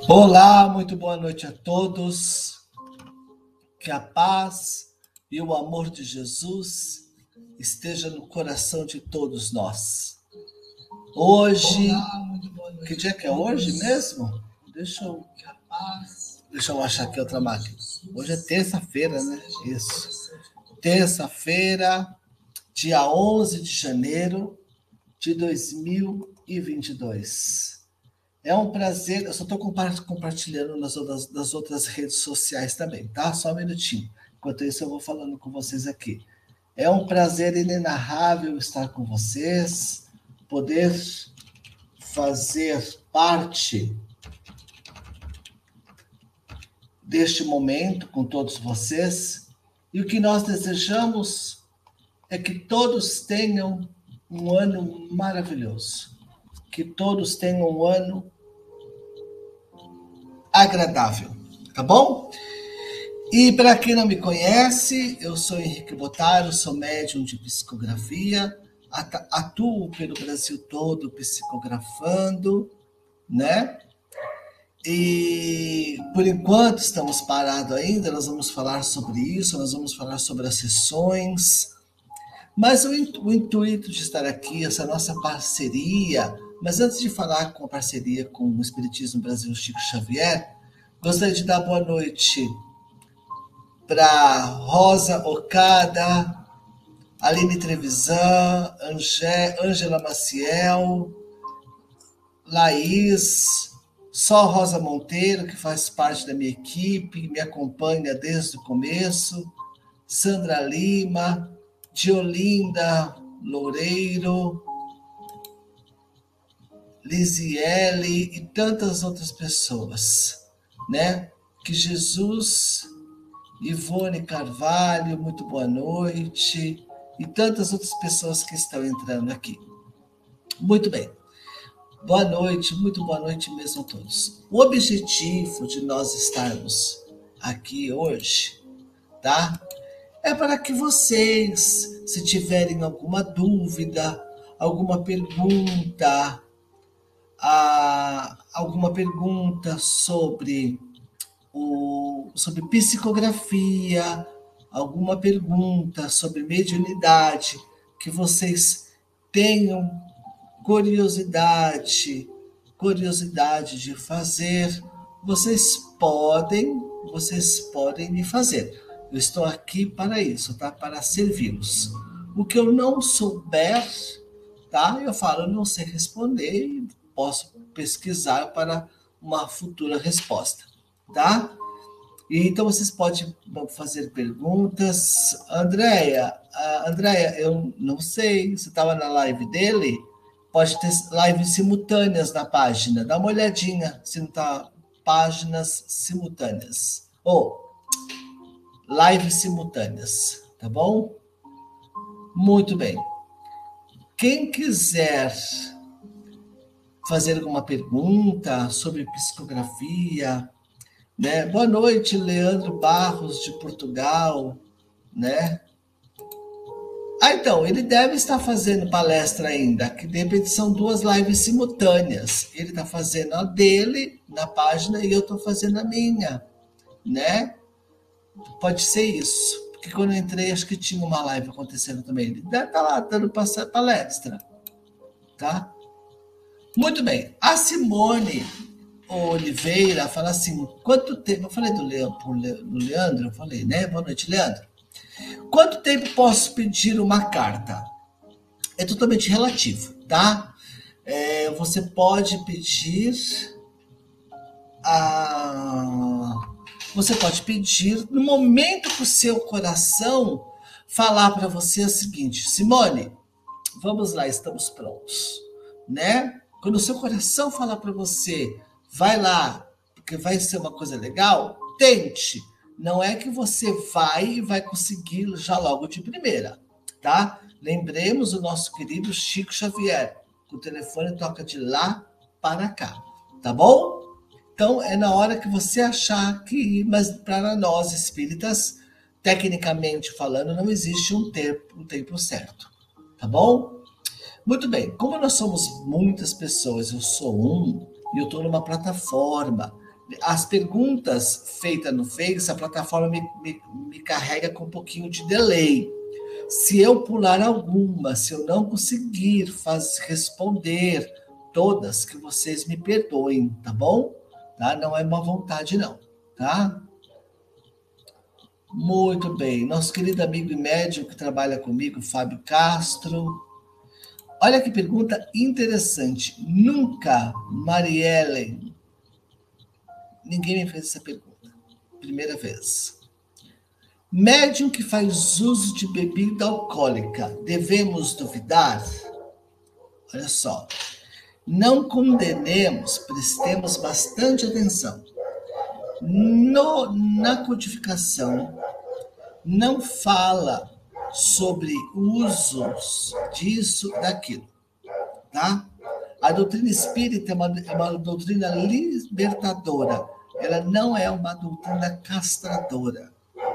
Olá, muito boa noite a todos. Que a paz e o amor de Jesus esteja no coração de todos nós. Hoje, que dia que é hoje mesmo? Deixa eu achar aqui outra máquina. Hoje é terça-feira, né? Isso. Terça-feira, dia 11 de janeiro de 2022. É um prazer, eu só estou compartilhando nas outras redes sociais também, tá? Só um minutinho. Enquanto isso, eu vou falando com vocês aqui. É um prazer inenarrável estar com vocês, poder fazer parte deste momento com todos vocês. E o que nós desejamos é que todos tenham um ano maravilhoso. Que todos tenham um ano agradável, tá bom? E para quem não me conhece, eu sou Henrique Botaro, sou médium de psicografia, atuo pelo Brasil todo psicografando, né? E por enquanto estamos parados ainda, nós vamos falar sobre isso, nós vamos falar sobre as sessões, mas o intuito de estar aqui, essa nossa parceria. Mas antes de falar com a parceria com o Espiritismo Brasil Chico Xavier, gostaria de dar boa noite para Rosa Okada, Aline Trevisan, Ângela Maciel, Laís, Só Rosa Monteiro, que faz parte da minha equipe, me acompanha desde o começo, Sandra Lima, Diolinda Loureiro, Lisiele e tantas outras pessoas, né? Que Jesus, Ivone Carvalho, muito boa noite, e tantas outras pessoas que estão entrando aqui. Muito bem. Boa noite, muito boa noite mesmo a todos. O objetivo de nós estarmos aqui hoje, tá? É para que vocês, se tiverem alguma dúvida, alguma pergunta sobre psicografia, alguma pergunta sobre mediunidade, que vocês tenham curiosidade de fazer, vocês podem me fazer. Eu estou aqui para isso, tá? Para servi-los. O que eu não souber, tá? Eu falo, eu não sei responder e posso pesquisar para uma futura resposta, tá? E então vocês podem fazer perguntas. Andréia, eu não sei, você estava na live dele? Pode ter lives simultâneas na página. Dá uma olhadinha se não está páginas simultâneas. Lives simultâneas, tá bom? Muito bem. Quem quiser fazer alguma pergunta sobre psicografia, né? Boa noite, Leandro Barros, de Portugal, né? Então, ele deve estar fazendo palestra ainda, que de repente são duas lives simultâneas. Ele está fazendo a dele na página e eu estou fazendo a minha, né? Pode ser isso, porque quando eu entrei, acho que tinha uma live acontecendo também. Ele deve estar lá dando palestra, tá? Muito bem. A Simone Oliveira fala assim, quanto tempo... Eu falei do Leandro, eu falei, né? Boa noite, Leandro. Quanto tempo posso pedir uma carta? É totalmente relativo, tá? Você pode pedir no momento que o seu coração falar para você o seguinte, Simone, vamos lá, estamos prontos, né? Quando o seu coração falar para você, vai lá, porque vai ser uma coisa legal, tente. Não é que você vai conseguir já logo de primeira, tá? Lembremos o nosso querido Chico Xavier, que o telefone toca de lá para cá, tá bom? Então, é na hora que você achar que... Mas para nós espíritas, tecnicamente falando, não existe um tempo certo, tá bom? Muito bem, como nós somos muitas pessoas, eu sou e eu estou numa plataforma As perguntas feitas no Face, a plataforma me carrega com um pouquinho de delay. Se eu pular alguma, se eu não conseguir responder todas, que vocês me perdoem, tá bom? Tá? Não é má vontade, não, tá? Muito bem. Nosso querido amigo e médium que trabalha comigo, Fábio Castro. Olha que pergunta interessante. Nunca, Mariellen, ninguém me fez essa pergunta. Primeira vez. Médium que faz uso de bebida alcoólica, devemos duvidar? Olha só. Não condenemos, prestemos bastante atenção. Na codificação, não fala sobre usos disso, daquilo, tá? A doutrina espírita é uma doutrina libertadora. Ela não é uma doutrina castradora.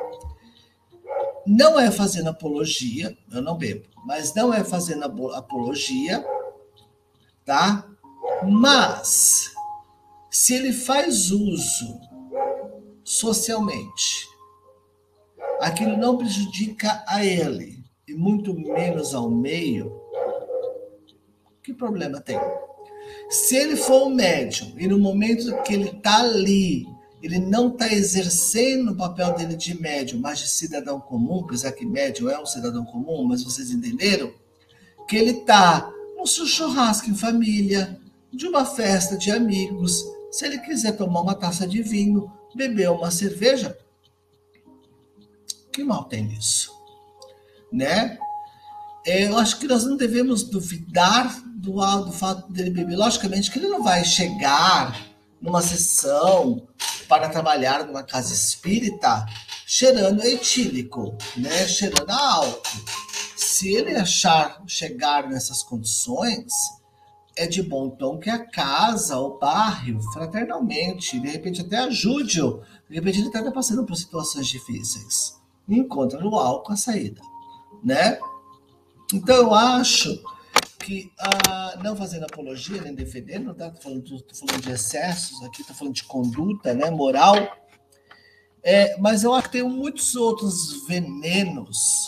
Não é fazendo apologia, eu não bebo, mas não é fazendo apologia, tá? Mas, se ele faz uso socialmente, aquilo não prejudica a ele, e muito menos ao meio, que problema tem? Se ele for um médium, e no momento que ele está ali, ele não está exercendo o papel dele de médium, mas de cidadão comum, apesar que médium é um cidadão comum, mas vocês entenderam? Que ele está no seu churrasco em família, de uma festa de amigos, se ele quiser tomar uma taça de vinho, beber uma cerveja, que mal tem nisso? Né? Eu acho que nós não devemos duvidar do fato dele beber. Logicamente que ele não vai chegar numa sessão para trabalhar numa casa espírita cheirando etílico, né? Cheirando a álcool. Se ele chegar nessas condições, é de bom tom que a casa, o bairro, fraternalmente, de repente até ajude-o. De repente ele está passando por situações difíceis. E encontra no álcool a saída, né? Então eu acho que, não fazendo apologia, nem defendendo, tá? Tô falando de excessos aqui, tô falando de conduta, né, moral, mas eu acho que tem muitos outros venenos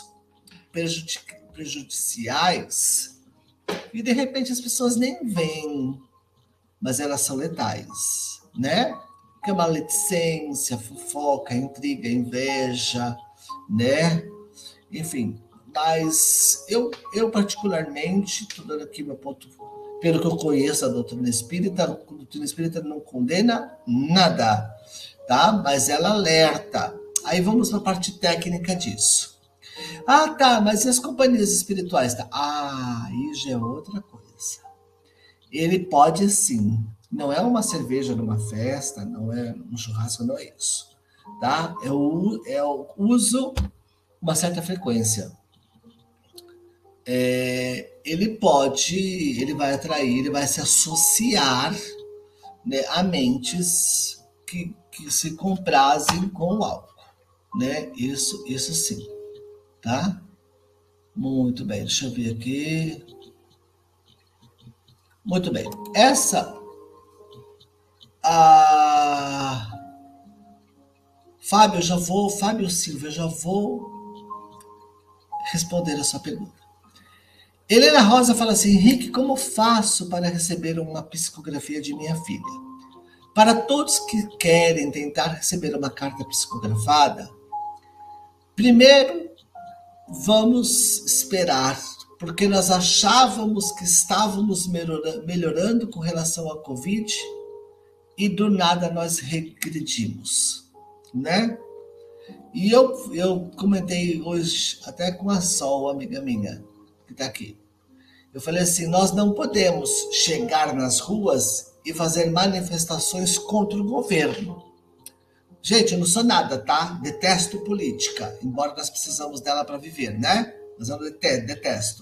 prejudiciais e de repente as pessoas nem veem, mas elas são letais, né? Que é maledicência, fofoca, intriga, inveja, né? Enfim, mas eu particularmente, estou dando aqui meu ponto, pelo que eu conheço a doutrina espírita não condena nada, tá? Mas ela alerta. Aí vamos para a parte técnica disso. Ah, tá, mas e as companhias espirituais? Tá? Aí já é outra coisa. Ele pode sim. Não é uma cerveja numa festa, não é um churrasco, não é isso. Tá? É o uso uma certa frequência. Ele vai atrair, ele vai se associar, né, a mentes que se comprazem com o álcool, né? Isso sim, tá? Muito bem, deixa eu ver aqui. Muito bem. Fábio Silva, eu já vou responder a sua pergunta. Helena Rosa fala assim: Henrique, como faço para receber uma psicografia de minha filha? Para todos que querem tentar receber uma carta psicografada, primeiro vamos esperar, porque nós achávamos que estávamos melhorando com relação à Covid e do nada nós regredimos, né? E eu comentei hoje até com a Sol, amiga minha, que está aqui. Eu falei assim, nós não podemos chegar nas ruas e fazer manifestações contra o governo. Gente, eu não sou nada, tá? Detesto política, embora nós precisamos dela para viver, né? Mas eu detesto.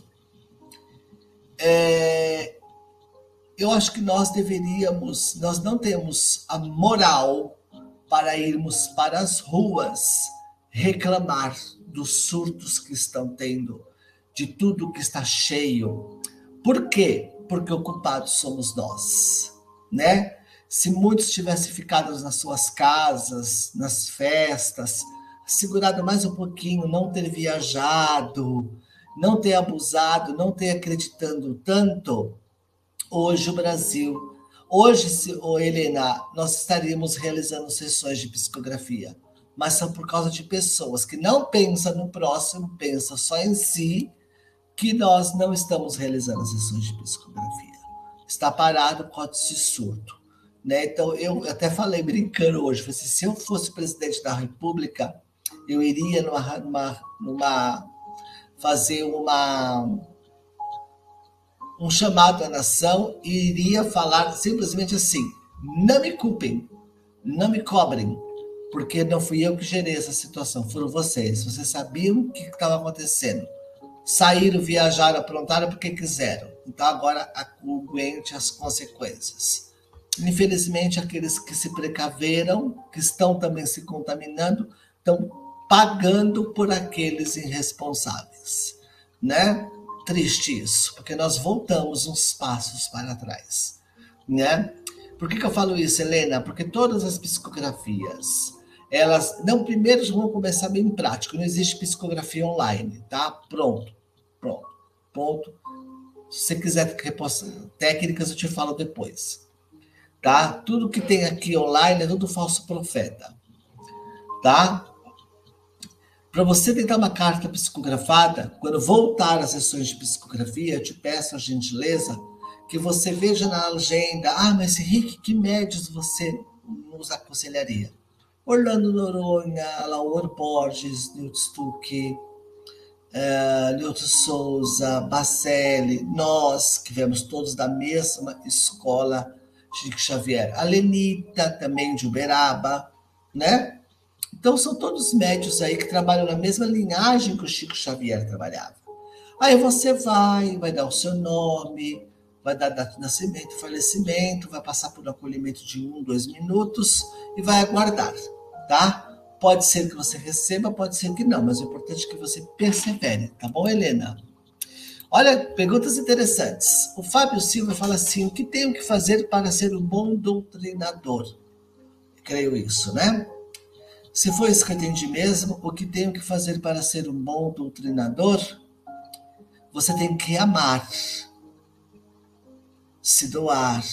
Eu acho que nós não temos a moral para irmos para as ruas reclamar dos surtos que estão tendo, de tudo que está cheio. Por quê? Porque o culpado somos nós, né? se muitos tivessem ficado nas suas casas, nas festas, segurado mais um pouquinho, não ter viajado, não ter abusado, não ter acreditando tanto, hoje o Brasil, hoje, Helena, nós estaríamos realizando sessões de psicografia, mas são por causa de pessoas que não pensam no próximo, pensam só em si, que nós não estamos realizando as sessões de psicografia. Está parado por causa desse surto. Né? Então, eu até falei brincando hoje, falei assim, se eu fosse presidente da República, eu iria fazer um chamado à nação e iria falar simplesmente assim, não me culpem, não me cobrem, porque não fui eu que gerei essa situação, foram vocês. Vocês sabiam o que estava acontecendo. Saíram, viajaram, aprontaram porque quiseram. Então agora aguente as consequências. Infelizmente, aqueles que se precaveram, que estão também se contaminando, estão pagando por aqueles irresponsáveis, né? Triste isso, porque nós voltamos uns passos para trás, né? Por que eu falo isso, Helena? Porque todas as psicografias, elas, não, primeiro vão começar bem prático, não existe psicografia online, tá? Pronto, ponto. Se você quiser técnicas, eu te falo depois. Tá? Tudo que tem aqui online é tudo falso profeta, tá? Para você tentar uma carta psicografada, quando voltar às sessões de psicografia, eu te peço a gentileza que você veja na agenda, mas Henrique, que médios você nos aconselharia? Orlando Noronha, Laura Borges, Newt Stuck, Newton Souza, Bacelli, nós que viemos todos da mesma escola Chico Xavier, a Lenita também de Uberaba, né? Então são todos médios aí que trabalham na mesma linhagem que o Chico Xavier trabalhava. Aí você vai dar o seu nome, vai dar data de nascimento, falecimento, vai passar por um acolhimento de 2 minutos e vai aguardar, tá? Pode ser que você receba, pode ser que não, mas o importante é que você persevere, tá bom, Helena? Olha, perguntas interessantes. O Fábio Silva fala assim, o que tenho que fazer para ser um bom doutrinador? Creio isso, né? Se for isso que eu entendi mesmo, o que tenho que fazer para ser um bom doutrinador? Você tem que amar, se doar,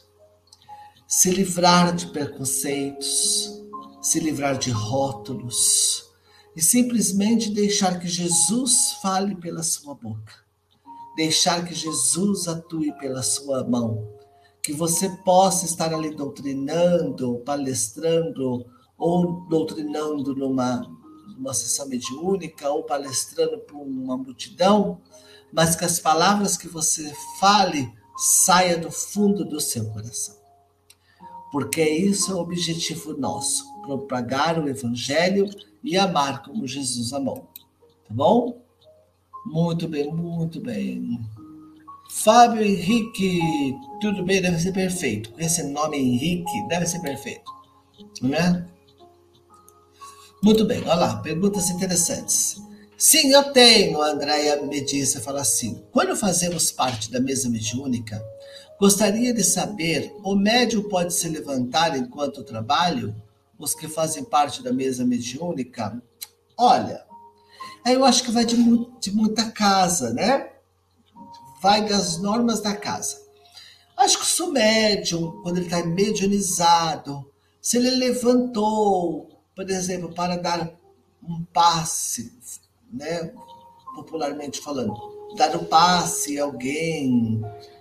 se livrar de preconceitos, se livrar de rótulos e simplesmente deixar que Jesus fale pela sua boca, deixar que Jesus atue pela sua mão, que você possa estar ali doutrinando, palestrando ou doutrinando numa sessão mediúnica ou palestrando para uma multidão, mas que as palavras que você fale saia do fundo do seu coração. Porque isso é o objetivo nosso, propagar o Evangelho e amar como Jesus amou. Tá bom? Muito bem, muito bem. Fábio Henrique, tudo bem? Deve ser perfeito. Com esse nome Henrique, deve ser perfeito. Né? Muito bem, olha lá, perguntas interessantes. Sim, eu tenho, a Andréia Medícia fala assim. Quando fazemos parte da mesa mediúnica, gostaria de saber, o médium pode se levantar enquanto trabalho? Os que fazem parte da mesa mediúnica? Olha, eu acho que vai de muita casa, né? Vai das normas da casa. Acho que o médium, quando ele está mediunizado, se ele levantou, por exemplo, para dar um passe, né? Popularmente falando, dar um passe a alguém,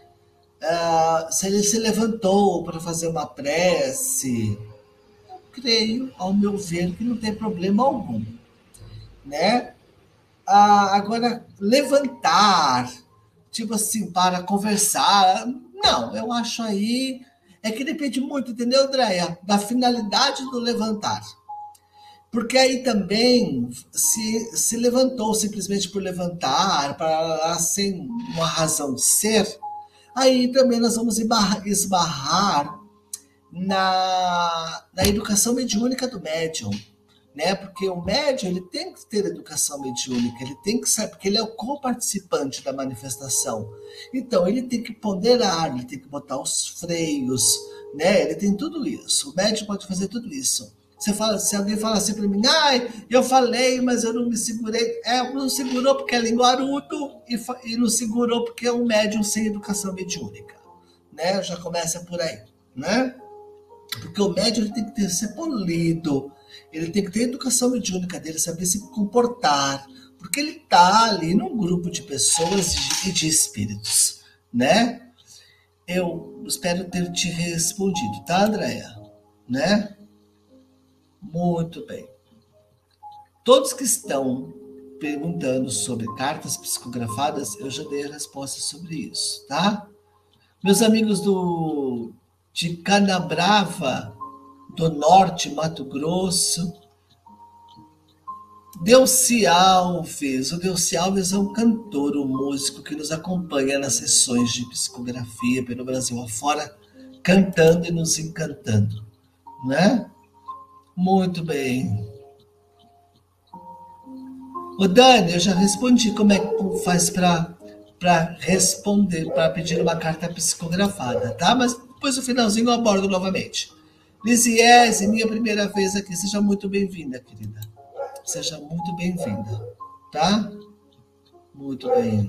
se ele se levantou para fazer uma prece, creio, ao meu ver, que não tem problema algum, né? Agora, levantar, tipo assim, para conversar, não, eu acho aí, é que depende muito, entendeu, Andréia? Da finalidade do levantar. Porque aí também se levantou simplesmente por levantar, para sem uma razão de ser, aí também nós vamos esbarrar na educação mediúnica do médium. né? Porque o médium ele tem que ter educação mediúnica, ele tem que saber, porque ele é o co-participante da manifestação. Então, ele tem que ponderar, ele tem que botar os freios, né? Ele tem tudo isso. O médium pode fazer tudo isso. Você fala, se alguém fala assim para mim, ai, eu falei, mas eu não me segurei. Não segurou porque é linguarudo e não segurou porque é um médium sem educação mediúnica, né? Já começa por aí, né? Porque o médium ele tem que ser polido, ele tem que ter a educação mediúnica dele, saber se comportar, porque ele está ali num grupo de pessoas e de espíritos, né? Eu espero ter te respondido, tá, Andréia? Né? Muito bem. Todos que estão perguntando sobre cartas psicografadas, eu já dei a resposta sobre isso, tá? Meus amigos de Canabrava, do Norte, Mato Grosso, Delci Alves. O Delci Alves é um cantor, um músico que nos acompanha nas sessões de psicografia pelo Brasil afora, cantando e nos encantando, né? Muito bem. Ô Dani, eu já respondi como é que faz para responder, para pedir uma carta psicografada, tá? Mas depois no finalzinho eu abordo novamente. Lisiese, minha primeira vez aqui, seja muito bem-vinda, querida. Seja muito bem-vinda, tá? Muito bem.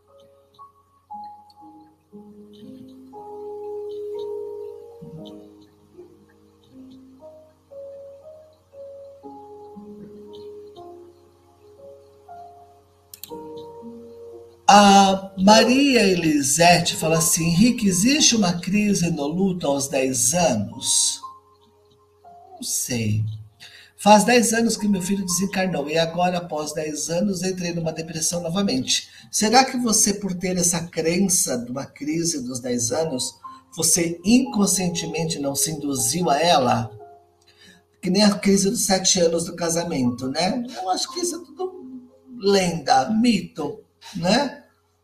A Maria Elisete fala assim, Henrique, existe uma crise no luto aos 10 anos? Não sei. Faz 10 anos que meu filho desencarnou e agora, após 10 anos, entrei numa depressão novamente. Será que você, por ter essa crença de uma crise dos 10 anos, você inconscientemente não se induziu a ela? Que nem a crise dos 7 anos do casamento, né? Eu acho que isso é tudo lenda, mito, né?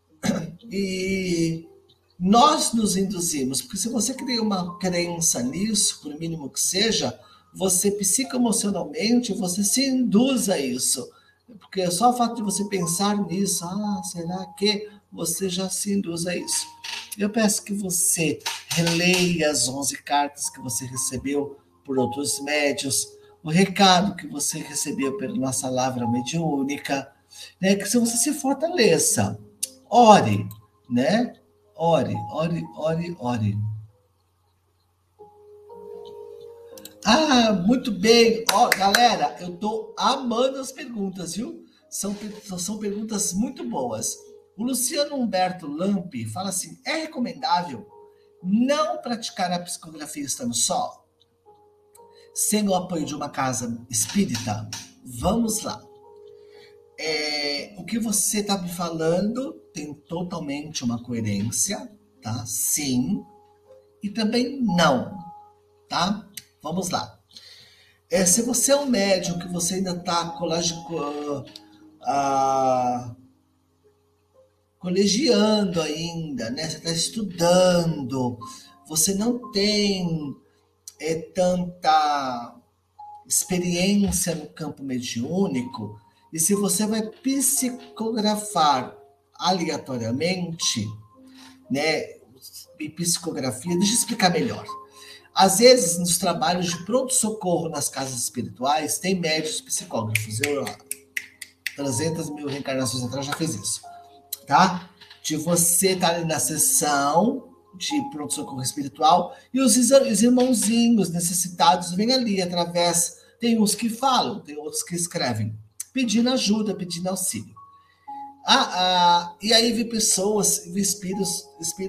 E nós nos induzimos, porque se você cria uma crença nisso, por mínimo que seja, você psicoemocionalmente, você se induz a isso. Porque só o fato de você pensar nisso, será que você já se induz a isso? Eu peço que você releia as 11 cartas que você recebeu por outros médios, o recado que você recebeu pela nossa lavra mediúnica, né? Que se você se fortaleça, ore, né? Ore, ore, ore, ore. Muito bem. Ó, galera, eu tô amando as perguntas, viu? São perguntas muito boas. O Luciano Humberto Lampi fala assim: é recomendável não praticar a psicografia estando só, sem o apoio de uma casa espírita? Vamos lá. O que você está me falando tem totalmente uma coerência, tá? Sim. E também não, tá? Vamos lá. Se você é um médium que você ainda está colegiando ainda, né? Você está estudando, você não tem tanta experiência no campo mediúnico, e se você vai psicografar aleatoriamente, né? E psicografia, deixa eu explicar melhor. Às vezes, nos trabalhos de pronto-socorro nas casas espirituais, tem médios psicógrafos. Eu, 300 mil reencarnações atrás, já fiz isso. Tá? De você estar ali na sessão de pronto-socorro espiritual e os irmãozinhos necessitados vêm ali através. Tem uns que falam, tem outros que escrevem, pedindo ajuda, pedindo auxílio. E aí vem pessoas, espíritos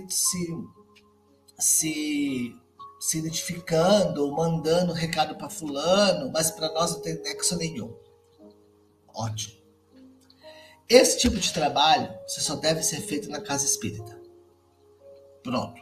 se identificando, mandando recado para fulano, mas para nós não tem nexo nenhum. Ótimo. Esse tipo de trabalho você só deve ser feito na casa espírita. Pronto.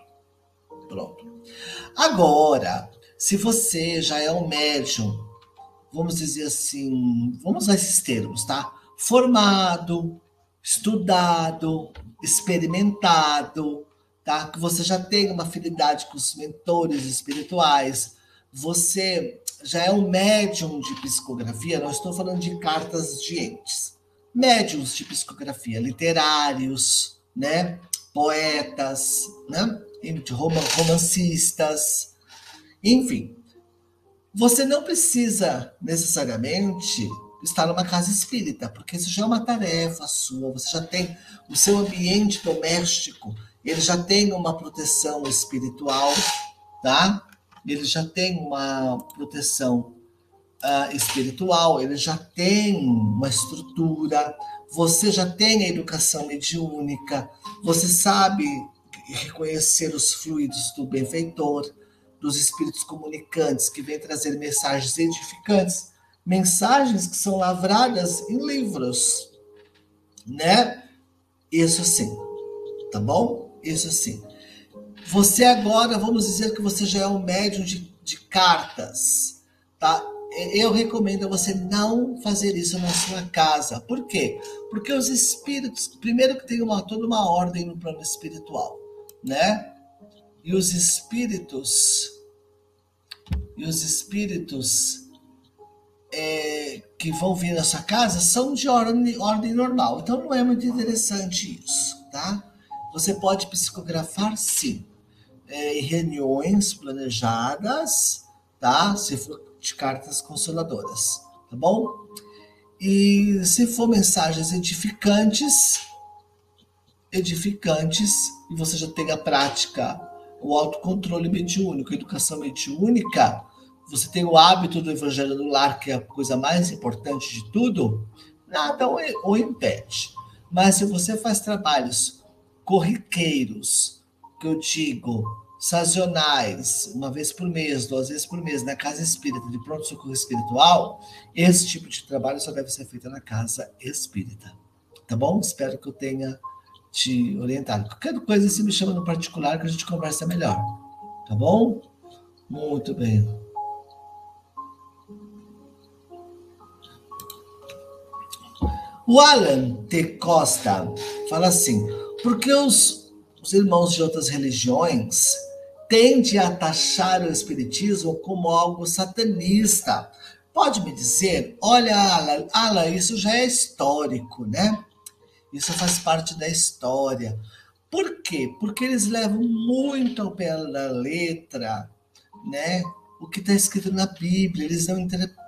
Agora, se você já é um médium, vamos dizer assim, vamos usar esses termos, tá? Formado, estudado, experimentado, tá? Que você já tem uma afinidade com os mentores espirituais, você já é um médium de psicografia, não estou falando de cartas de entes. Médiums de psicografia, literários, né? Poetas, né? Romancistas, enfim. Você não precisa necessariamente estar numa casa espírita, porque isso já é uma tarefa sua, você já tem o seu ambiente doméstico, ele já tem uma proteção espiritual, tá? Ele já tem uma proteção espiritual, ele já tem uma estrutura, você já tem a educação mediúnica, você sabe reconhecer os fluidos do benfeitor, dos espíritos comunicantes que vêm trazer mensagens edificantes, mensagens que são lavradas em livros, né? Isso sim, tá bom? Isso sim. Você agora, vamos dizer que você já é um médium de cartas, tá? Eu recomendo a você não fazer isso na sua casa. Por quê? Porque os espíritos, primeiro que tem toda uma ordem no plano espiritual, né? E os espíritos que vão vir na sua casa são de ordem normal. Então não é muito interessante isso, tá? Você pode psicografar sim, em reuniões planejadas, tá? Se for de cartas consoladoras, tá bom? E se for mensagens edificantes, e você já tem a prática, o autocontrole mediúnico, a educação mediúnica, você tem o hábito do evangelho no lar, que é a coisa mais importante de tudo, nada o impede. Mas se você faz trabalhos corriqueiros, que eu digo, sazonais, uma vez por mês, 2 vezes por mês, na casa espírita, de pronto-socorro espiritual, esse tipo de trabalho só deve ser feito na casa espírita. Tá bom? Espero que eu tenha te orientado. Qualquer coisa, você me chama no particular que a gente conversa melhor. Tá bom? Muito bem. O Alan T. Costa fala assim, porque os irmãos de outras religiões tendem a taxar o espiritismo como algo satanista. Pode me dizer? Olha, Alan, isso já é histórico, né? Isso faz parte da história. Por quê? Porque eles levam muito ao pé da letra, né? O que está escrito na Bíblia, eles não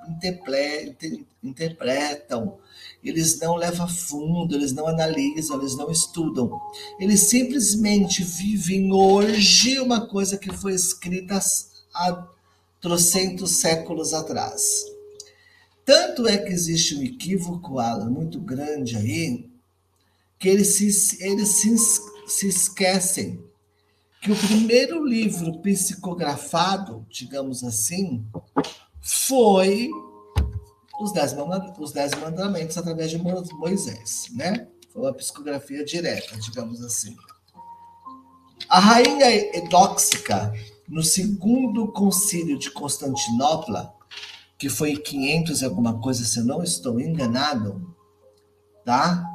interpretam, eles não levam a fundo, eles não analisam, eles não estudam. Eles simplesmente vivem hoje uma coisa que foi escrita há trocentos séculos atrás. Tanto é que existe um equívoco, Alan, muito grande aí, que eles se esquecem que o primeiro livro psicografado, digamos assim, foi os 10 mandamentos através de Moisés, né? Foi uma psicografia direta, digamos assim. A rainha Edóxica, no segundo concílio de Constantinopla, que foi em 500 e alguma coisa, se eu não estou enganado, tá?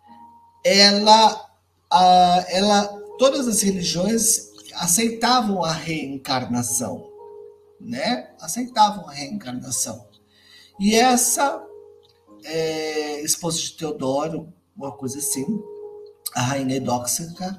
Todas as religiões aceitavam a reencarnação, né? Aceitavam a reencarnação. E essa esposa de Teodoro, uma coisa assim, a rainha Edóxica,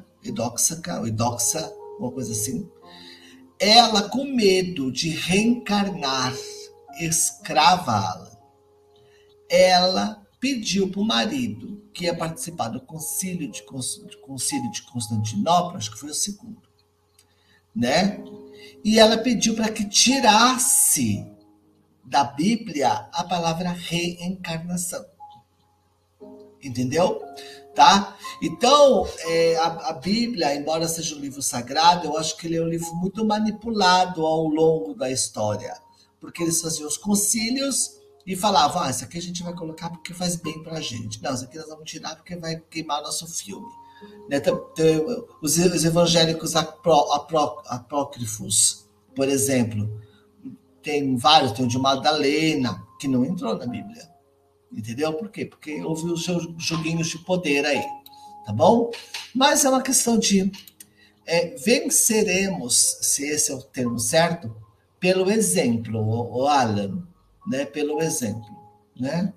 uma coisa assim, ela com medo de reencarnar escrava, ela pediu para o marido, que ia participar do concílio de Constantinopla, acho que foi o segundo, né? E ela pediu para que tirasse da Bíblia a palavra reencarnação. Entendeu? Tá? Então, a Bíblia, embora seja um livro sagrado, eu acho que ele é um livro muito manipulado ao longo da história, porque eles faziam os concílios e falavam, isso aqui a gente vai colocar porque faz bem pra gente. Não, isso aqui nós vamos tirar porque vai queimar nosso filme. Né? Os evangélicos apócrifos, por exemplo, tem vários, tem o de Madalena, que não entrou na Bíblia. Entendeu? Por quê? Porque houve os seus joguinhos de poder aí. Tá bom? Mas é uma questão de venceremos, se esse é o termo certo, pelo exemplo, o Alan, né? Pelo exemplo, né?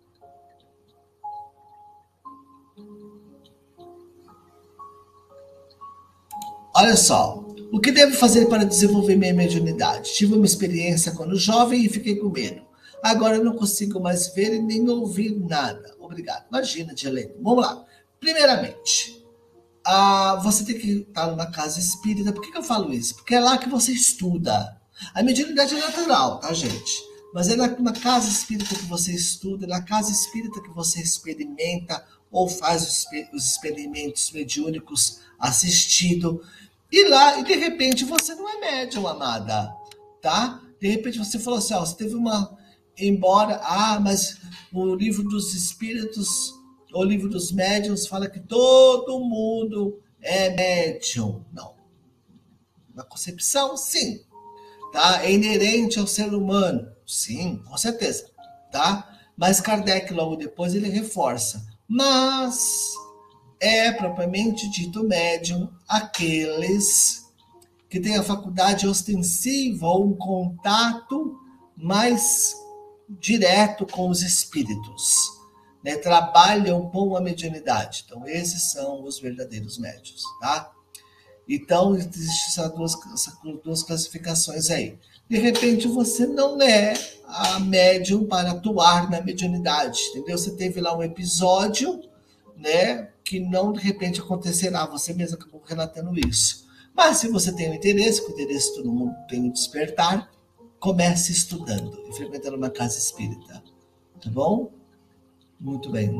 Olha só, o que devo fazer para desenvolver minha mediunidade? Tive uma experiência quando jovem e fiquei com medo. Agora eu não consigo mais ver e nem ouvir nada. Obrigado. Imagina, Dialene. Vamos lá. Primeiramente, você tem que estar numa casa espírita. Por que eu falo isso? Porque é lá que você estuda. A mediunidade é natural, tá, gente? Mas é na casa espírita que você estuda, é na casa espírita que você experimenta ou faz os experimentos mediúnicos assistido. E lá, e de repente, você não é médium, amada, tá? De repente você falou assim, ó, você teve uma... Embora, mas o livro dos espíritos, o livro dos médiuns fala que todo mundo é médium. Não. Na concepção, sim. Tá? É inerente ao ser humano. Sim, com certeza. Tá? Mas Kardec, logo depois, ele reforça. Mas é propriamente dito médium aqueles que têm a faculdade ostensiva ou um contato mais direto com os espíritos, né? Trabalham com a mediunidade. Então, esses são os verdadeiros médiuns, tá? Então, existem essas duas classificações aí. De repente, você não é a médium para atuar na mediunidade, entendeu? Você teve lá um episódio, né, que não de repente acontecerá, você mesmo acabou relatando isso. Mas se você tem um interesse, com o interesse todo mundo tem o despertar, comece estudando e frequentando uma casa espírita, tá bom? Muito bem.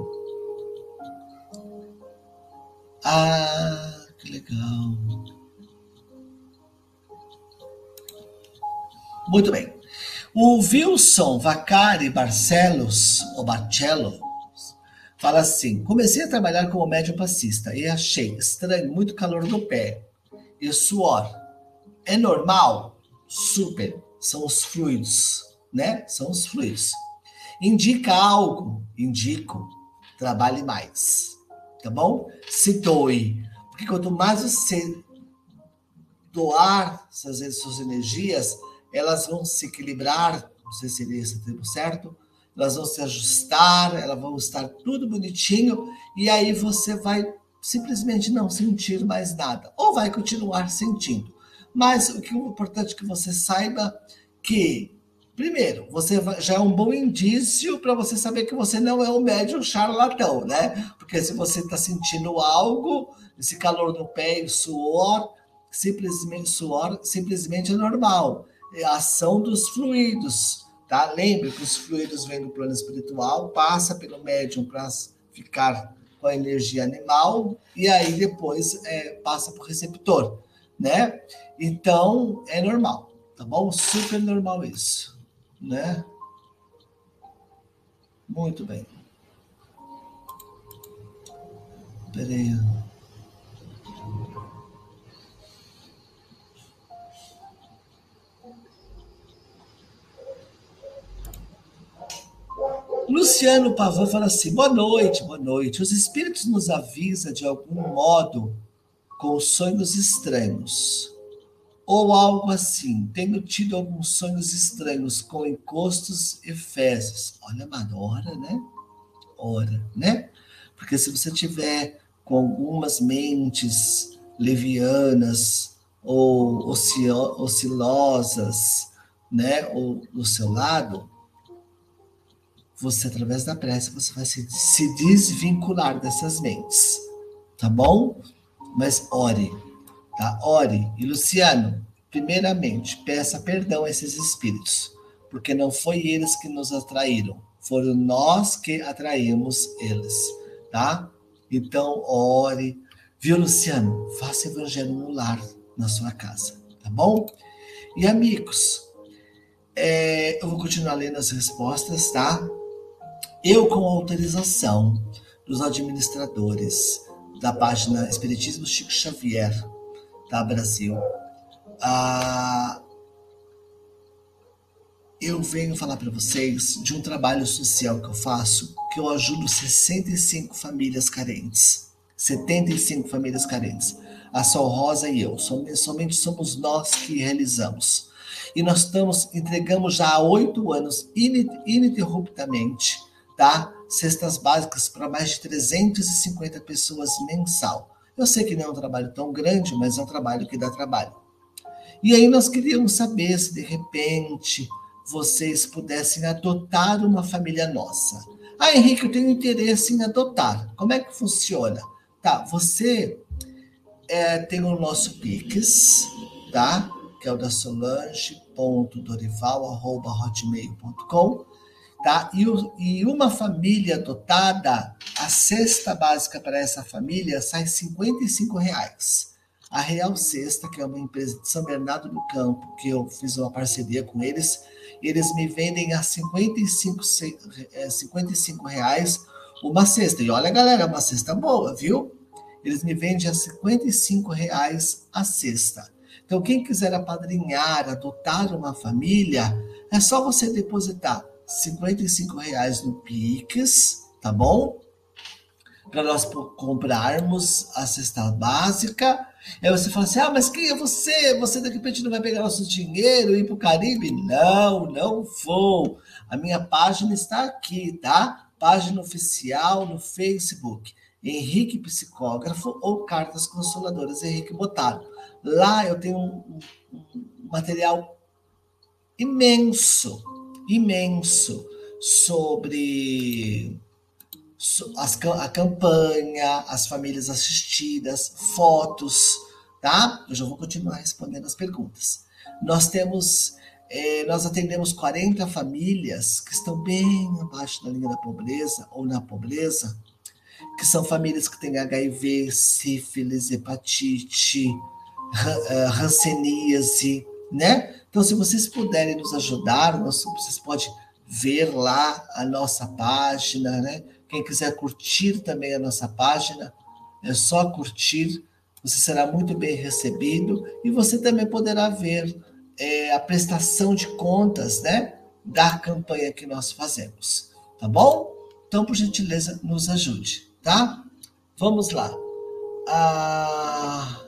Que legal. Muito bem. O Wilson Vacari Barcelos, ou Barcello, fala assim: comecei a trabalhar como médium passista e achei estranho muito calor no pé e suor. É normal? Super. São os fluidos, né? São os fluidos. Indica algo? Indico. Trabalhe mais. Tá bom? Se doe. Porque quanto mais você doar suas energias, elas vão se equilibrar, não sei se seria esse termo certo, elas vão se ajustar, elas vão estar tudo bonitinho, e aí você vai simplesmente não sentir mais nada, ou vai continuar sentindo. Mas o que é importante que você saiba que, primeiro, você já é um bom indício para você saber que você não é um médium charlatão, né? Porque se você está sentindo algo, esse calor no pé e suor simplesmente é normal. É a ação dos fluidos, tá? Lembre que os fluidos vêm do plano espiritual, passa pelo médium para ficar com a energia animal e aí depois passa para o receptor, né? Então é normal, tá bom? Super normal isso, né? Muito bem. Peraí. Luciano Pavan fala assim: boa noite, boa noite. Os espíritos nos avisam de algum modo com sonhos estranhos. Ou algo assim. Tenho tido alguns sonhos estranhos com encostos e fezes. Olha, mano, ora, né? Ora, né? Porque se você tiver com algumas mentes levianas ou oscilosas, né, ou do seu lado, você, através da prece, você vai se desvincular dessas mentes, tá bom? Mas ore, tá? Ore. E Luciano, primeiramente, peça perdão a esses espíritos, porque não foi eles que nos atraíram, foram nós que atraímos eles, tá? Então, ore. Viu, Luciano? Faça evangelho no lar, na sua casa, tá bom? E amigos, eu vou continuar lendo as respostas, tá? Eu, com autorização dos administradores da página Espiritismo Chico Xavier, da Brasil, eu venho falar para vocês de um trabalho social que eu faço, que eu ajudo 65 famílias carentes. 75 famílias carentes. A Sol Rosa e eu. Somente somos nós que realizamos. E nós entregamos já há 8 anos, ininterruptamente, tá? Cestas básicas para mais de 350 pessoas mensal. Eu sei que não é um trabalho tão grande, mas é um trabalho que dá trabalho. E aí nós queríamos saber se de repente vocês pudessem adotar uma família nossa. Ah, Henrique, eu tenho interesse em adotar. Como é que funciona? Tá, você tem o nosso Pix, tá? Que é o da solange.dorival@hotmail.com, tá? E uma família adotada, a cesta básica para essa família sai R$ 55. A Real Cesta, que é uma empresa de São Bernardo do Campo, que eu fiz uma parceria com eles, eles me vendem a R$ 55 uma cesta. E olha, galera, uma cesta boa, viu? Eles me vendem a R$ 55 a cesta. Então, quem quiser apadrinhar, adotar uma família, é só você depositar R$ 55 no Pix, tá bom? Para nós comprarmos a cesta básica. Aí você fala assim, mas quem é você? Você de repente não vai pegar nosso dinheiro e ir para o Caribe? Não, não vou. A minha página está aqui, tá? Página oficial no Facebook. Henrique Psicógrafo ou Cartas Consoladoras Henrique Botaro. Lá eu tenho um material imenso sobre a campanha, as famílias assistidas, fotos, tá? Eu já vou continuar respondendo as perguntas. Nós atendemos 40 famílias que estão bem abaixo da linha da pobreza ou na pobreza, que são famílias que têm HIV, sífilis, hepatite, hanseníase, né? Então, se vocês puderem nos ajudar, vocês podem ver lá a nossa página, né? Quem quiser curtir também a nossa página, é só curtir, você será muito bem recebido e você também poderá ver a prestação de contas, né, da campanha que nós fazemos, tá bom? Então, por gentileza, nos ajude, tá? Vamos lá. A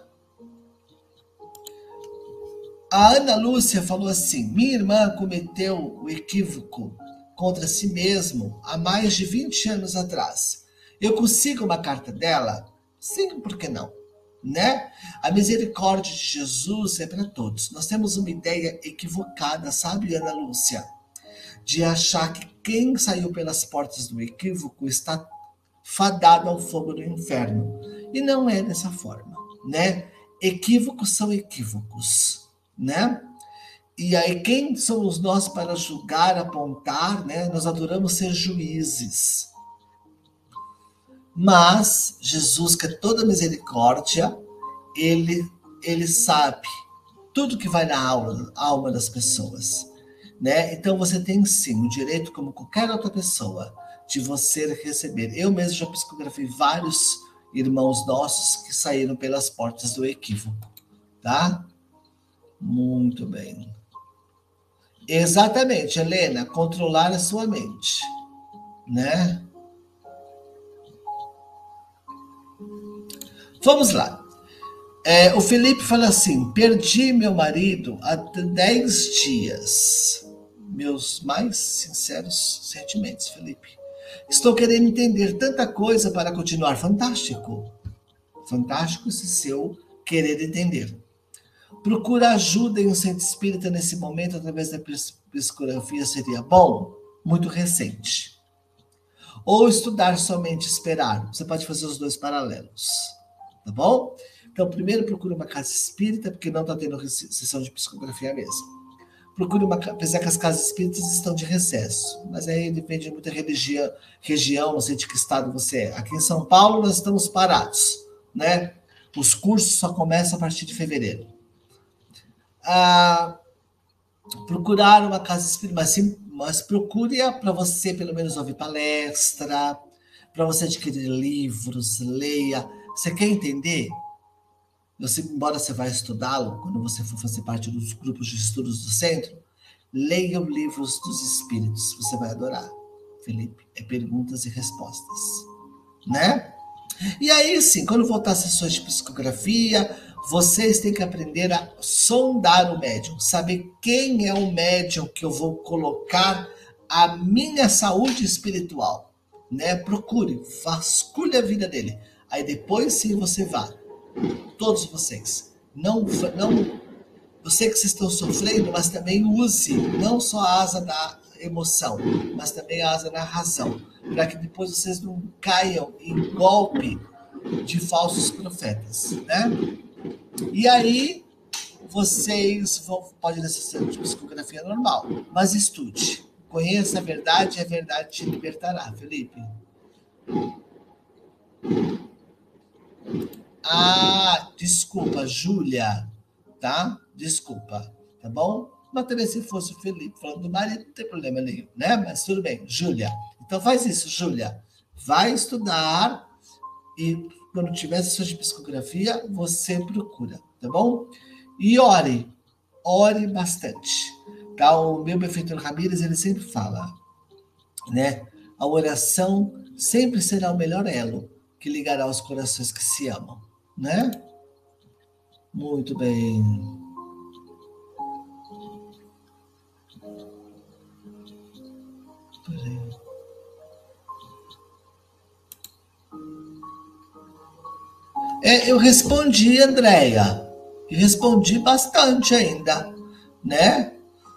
Ana Lúcia falou assim, minha irmã cometeu o equívoco contra si mesmo há mais de 20 anos atrás. Eu consigo uma carta dela? Sim, por que não? Né? A misericórdia de Jesus é para todos. Nós temos uma ideia equivocada, sabe, Ana Lúcia? De achar que quem saiu pelas portas do equívoco está fadado ao fogo do inferno. E não é dessa forma, né? Equívocos são equívocos, né? E aí, quem somos nós para julgar, apontar, né? Nós adoramos ser juízes. Mas Jesus, que é toda misericórdia, ele sabe tudo que vai na alma das pessoas, né? Então você tem sim o direito, como qualquer outra pessoa, de você receber. Eu mesmo já psicografei vários irmãos nossos que saíram pelas portas do equívoco, tá? Muito bem. Exatamente, Helena, controlar a sua mente, né? Vamos lá. O Felipe fala assim, perdi meu marido há 10 dias. Meus mais sinceros sentimentos, Felipe. Estou querendo entender tanta coisa para continuar. Fantástico. Fantástico esse seu querer entender. Procura ajuda em um centro espírita nesse momento através da psicografia seria bom? Muito recente. Ou estudar somente esperar. Você pode fazer os dois paralelos. Tá bom? Então, primeiro procure uma casa espírita, porque não está tendo sessão de psicografia mesmo. Procure apesar que as casas espíritas estão de recesso, mas aí depende de muita região, não sei de que estado você é. Aqui em São Paulo nós estamos parados, né? Os cursos só começam a partir de fevereiro. Procurar uma casa espírita, mas procure-a para você pelo menos ouvir palestra, para você adquirir livros, leia. Você quer entender? Embora você vá estudá-lo, quando você for fazer parte dos grupos de estudos do centro, leia os livros dos espíritos, você vai adorar, Felipe. É perguntas e respostas, né? E aí, sim, quando voltar às sessões de psicografia, Vocês têm que aprender a sondar o médium, saber quem é o médium que eu vou colocar a minha saúde espiritual, né? Procure, vasculhe a vida dele. Aí depois sim você vá. Todos vocês. Não, eu sei que vocês estão sofrendo, mas também use não só a asa da emoção, mas também a asa da razão, para que depois vocês não caiam em golpe de falsos profetas, né? E aí vocês podem necessitar de psicografia normal, mas estude. Conheça a verdade e a verdade te libertará, Felipe. Ah, desculpa, Júlia, tá? Desculpa, tá bom? Mas também se fosse o Felipe falando do marido, não tem problema nenhum, né? Mas tudo bem, Júlia. Então faz isso, Júlia. Vai estudar e quando tiver sessões de psicografia, você procura, tá bom? E ore bastante. Tá? O meu benfeitor Ramírez, ele sempre fala, né? A oração sempre será o melhor elo que ligará os corações que se amam, né? Muito bem. Eu respondi, Andréia. E respondi bastante ainda, né?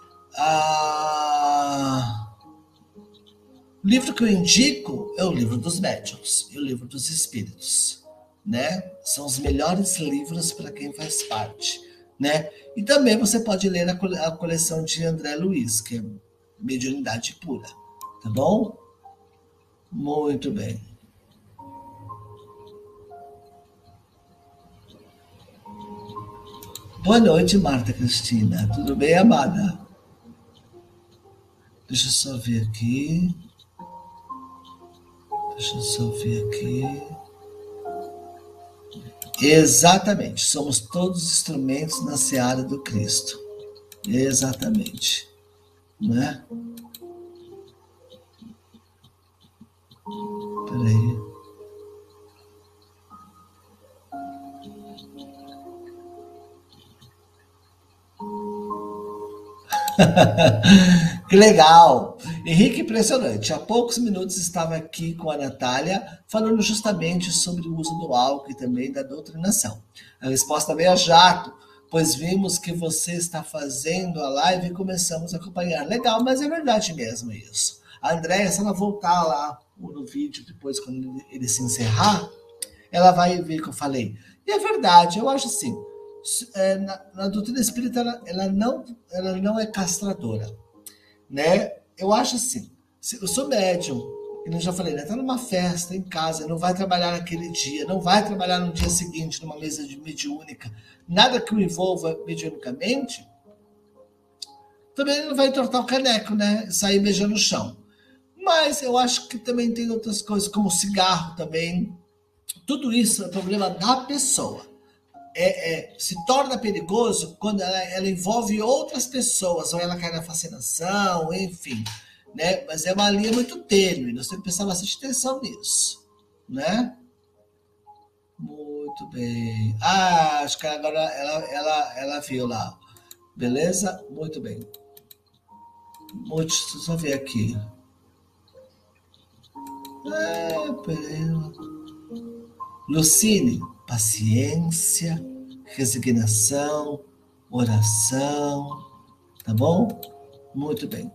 O livro que eu indico é o livro dos médiuns e o livro dos espíritos, né? São os melhores livros para quem faz parte, né? E também você pode ler a coleção de André Luiz, que é Mediunidade Pura, tá bom? Muito bem. Boa noite, Marta Cristina. Tudo bem, amada? Deixa eu só ver aqui. Exatamente. Somos todos instrumentos na seara do Cristo. Exatamente. Né? Peraí. Que legal! Henrique, impressionante. Há poucos minutos estava aqui com a Natália, falando justamente sobre o uso do álcool e também da doutrinação. A resposta veio a jato, pois vimos que você está fazendo a live e começamos a acompanhar. Legal, mas é verdade mesmo isso. A Andréia, se ela voltar lá no vídeo, depois, quando ele se encerrar, ela vai ver o que eu falei. E é verdade, eu acho assim, na doutrina espírita, ela não é castradora, né? Eu acho assim, eu sou médium, que eu já falei, né? Tá numa festa, em casa, não vai trabalhar naquele dia, não vai trabalhar no dia seguinte numa mesa de mediúnica, nada que o envolva mediunicamente, também não vai entortar o caneco, né? Sair beijando o chão. Mas eu acho que também tem outras coisas, como cigarro também. Tudo isso é problema da pessoa. Se torna perigoso quando ela envolve outras pessoas, ou ela cai na fascinação, enfim, né? Mas é uma linha muito tênue, nós temos que prestar bastante atenção nisso, né? Muito bem. Ah, acho que agora ela viu lá. Beleza? Muito bem. Deixa eu só ver aqui. Peraí. Lucine, paciência, resignação, oração, tá bom? Muito bem.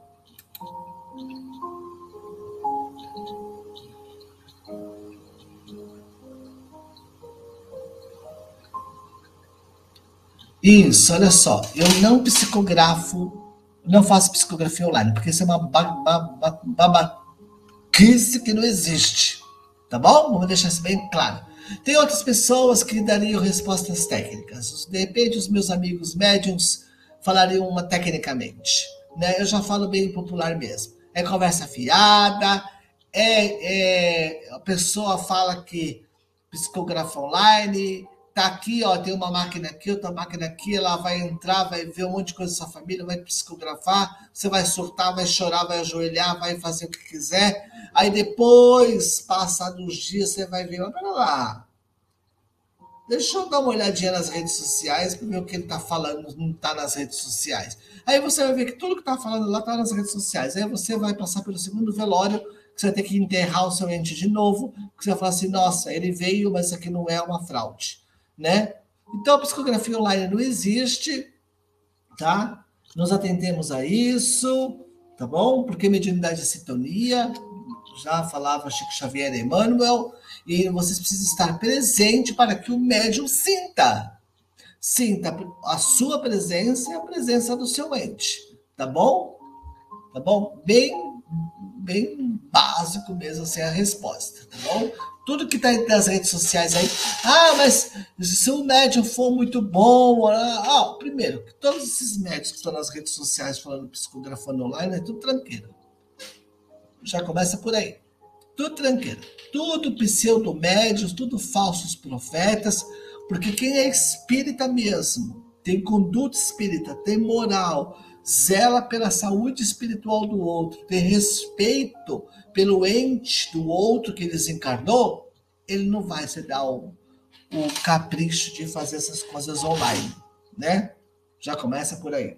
Isso, olha só, eu não psicografo, não faço psicografia online, porque isso é uma babaquice que não existe, tá bom? Vamos deixar isso bem claro. Tem outras pessoas que dariam respostas técnicas. De repente, os meus amigos médiums falariam uma tecnicamente, né? Eu já falo bem popular mesmo. É conversa fiada, a pessoa fala que psicografa online, tá aqui, ó, tem uma máquina aqui, outra máquina aqui, ela vai entrar, vai ver um monte de coisa da sua família, vai psicografar, você vai surtar, vai chorar, vai ajoelhar, vai fazer o que quiser. Aí depois, passados uns dias, você vai ver, mas pera lá. Deixa eu dar uma olhadinha nas redes sociais para ver o que ele está falando, não está nas redes sociais. Aí você vai ver que tudo que está falando lá está nas redes sociais. Aí você vai passar pelo segundo velório, que você vai ter que enterrar o seu ente de novo, que você vai falar assim, nossa, ele veio, mas isso aqui não é uma fraude, né? Então, a psicografia online não existe, tá? Nos atendemos a isso, tá bom? Porque mediunidade é sintonia, já falava Chico Xavier e Emmanuel, e vocês precisam estar presente para que o médium sinta a sua presença e a presença do seu ente, tá bom? Tá bom? Bem básico mesmo assim a resposta, tá bom? Tudo que está nas redes sociais aí, mas se o médium for muito bom, primeiro, que todos esses médios que estão nas redes sociais falando psicografando online, é tudo tranqueira. Já começa por aí. Tudo tranqueira. Tudo pseudo-médios, tudo falsos profetas, porque quem é espírita mesmo, tem conduta espírita, tem moral, zela pela saúde espiritual do outro, tem respeito pelo ente do outro que ele desencarnou, ele não vai se dar o capricho de fazer essas coisas online, né? Já começa por aí.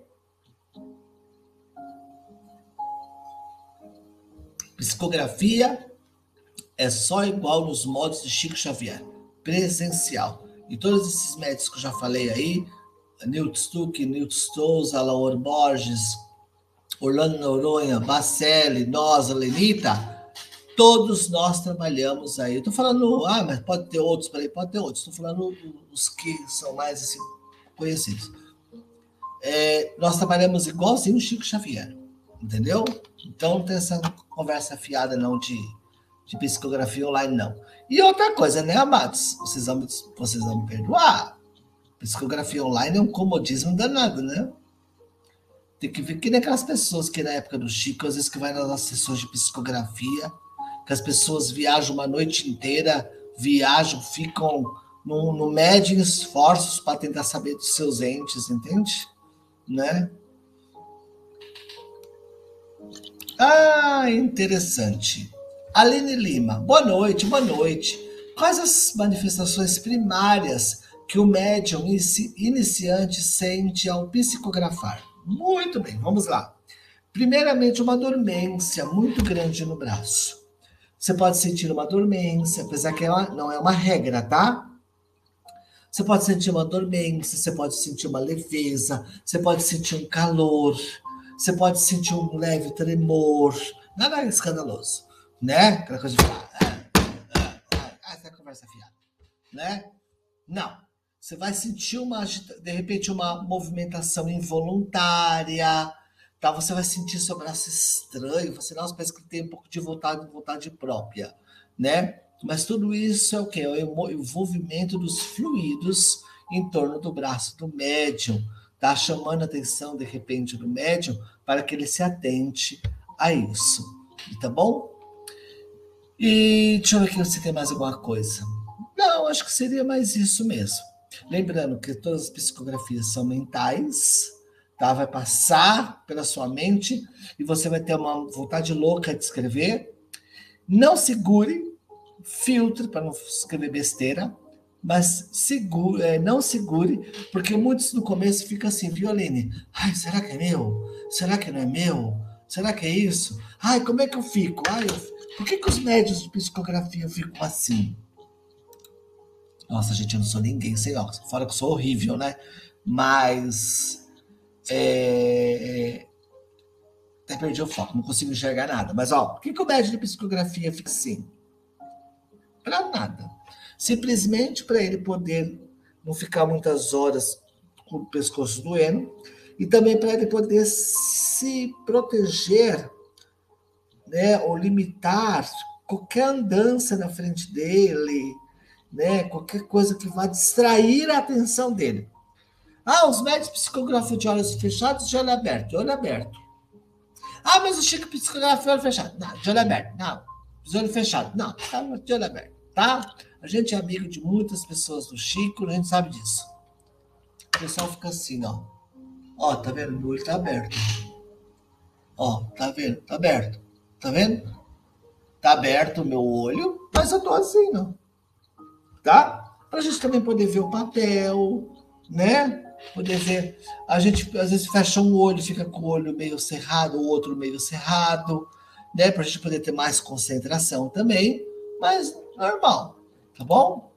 Psicografia é só igual nos modos de Chico Xavier, presencial. E todos esses médicos que eu já falei aí, Newton Stuck, Newton Souza, Laor Borges, Orlando Noronha, Bacelli, nós, a Lenita, todos nós trabalhamos aí. Eu tô falando, mas pode ter outros, pode ter outros. Estou falando os que são mais assim, conhecidos. Nós trabalhamos igualzinho o Chico Xavier, entendeu? Então não tem essa conversa fiada não de psicografia online, não. E outra coisa, né, amados? Vocês vão me perdoar. Psicografia online é um comodismo danado, né? Tem que ver que nem aquelas pessoas que na época do Chico, às vezes que vai nas sessões de psicografia, que as pessoas viajam uma noite inteira, ficam no médio esforços para tentar saber dos seus entes, entende? Né? Interessante. Aline Lima, boa noite, boa noite. Quais as manifestações primárias que o médium iniciante sente ao psicografar? Muito bem, vamos lá. Primeiramente, uma dormência muito grande no braço. Você pode sentir uma dormência, apesar que ela não é uma regra, tá? Você pode sentir uma dormência, você pode sentir uma leveza, você pode sentir um calor, você pode sentir um leve tremor, nada escandaloso, né? Aquela coisa de falar, essa conversa fiada, né? Não. Você vai sentir de repente, uma movimentação involuntária, tá? Você vai sentir seu braço estranho, você, nossa, parece que tem um pouco de vontade própria, né? Mas tudo isso é o quê? É o envolvimento dos fluidos em torno do braço do médium, tá? Chamando a atenção, de repente, do médium para que ele se atente a isso, tá bom? E deixa eu ver aqui se tem mais alguma coisa. Não, acho que seria mais isso mesmo. Lembrando que todas as psicografias são mentais, tá? Vai passar pela sua mente e você vai ter uma vontade louca de escrever. Não segure, filtre para não escrever besteira, mas não segure, porque muitos no começo ficam assim, Violine, será que é meu? Será que não é meu? Será que é isso? Como é que eu fico? Por que os médios de psicografia ficam assim? Nossa, gente, eu não sou ninguém, sei lá, fora que eu sou horrível, né? Mas até perdi o foco, não consigo enxergar nada. Mas, por que o médium de psicografia fica assim? Para nada. Simplesmente para ele poder não ficar muitas horas com o pescoço doendo e também para ele poder se proteger, né, ou limitar qualquer andança na frente dele, né, qualquer coisa que vá distrair a atenção dele. Os médicos psicografam de olhos fechados, de olho aberto, de olho aberto. Mas o Chico psicografa de olho fechado. Não, de olho aberto. Não, de olho fechado. Não, de olho aberto, tá? A gente é amigo de muitas pessoas do Chico, a gente sabe disso. O pessoal fica assim, ó. Tá vendo? O olho tá aberto. Tá vendo? Tá aberto. Tá vendo? Tá aberto o meu olho, mas eu tô assim, ó. Tá para a gente também poder ver o papel, né? Poder ver. A gente às vezes fecha um olho, fica com o olho meio cerrado, o outro meio cerrado, né? Para a gente poder ter mais concentração também, mas normal, tá bom?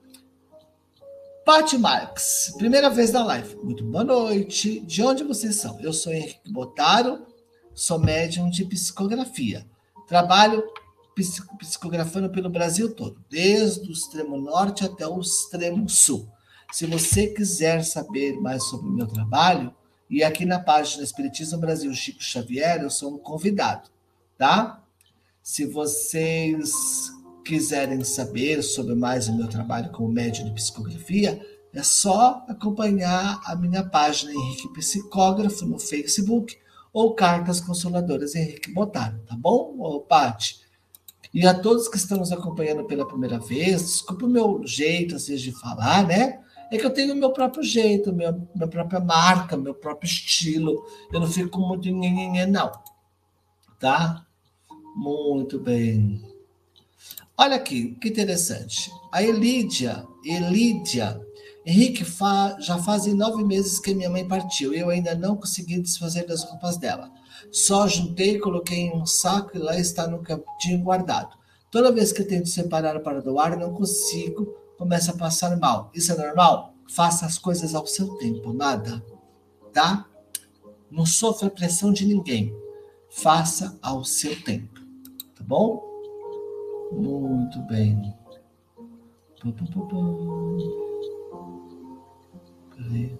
Paty Marques, primeira vez na live. Muito boa noite. De onde vocês são? Eu sou Henrique Botaro, sou médium de psicografia. Trabalho psicografando pelo Brasil todo, desde o extremo norte até o extremo sul. Se você quiser saber mais sobre o meu trabalho, e aqui na página Espiritismo Brasil Chico Xavier, eu sou um convidado, tá? Se vocês quiserem saber sobre mais o meu trabalho como médium de psicografia, é só acompanhar a minha página Henrique Psicógrafo no Facebook ou Cartas Consoladoras Henrique Botaro, tá bom, Paty? E a todos que estão nos acompanhando pela primeira vez, desculpa o meu jeito às vezes de falar, né? É que eu tenho o meu próprio jeito, minha própria marca, meu próprio estilo. Eu não fico muito nhenhenhen, não. Tá? Muito bem. Olha aqui, que interessante. A Elídia, Henrique, já fazem 9 meses que minha mãe partiu e eu ainda não consegui desfazer das roupas dela. Só juntei, coloquei em um saco e lá está no cantinho guardado. Toda vez que eu tento separar para doar, não consigo, começa a passar mal. Isso é normal? Faça as coisas ao seu tempo, nada, tá? Não sofra pressão de ninguém. Faça ao seu tempo, tá bom? Muito bem. Peraí.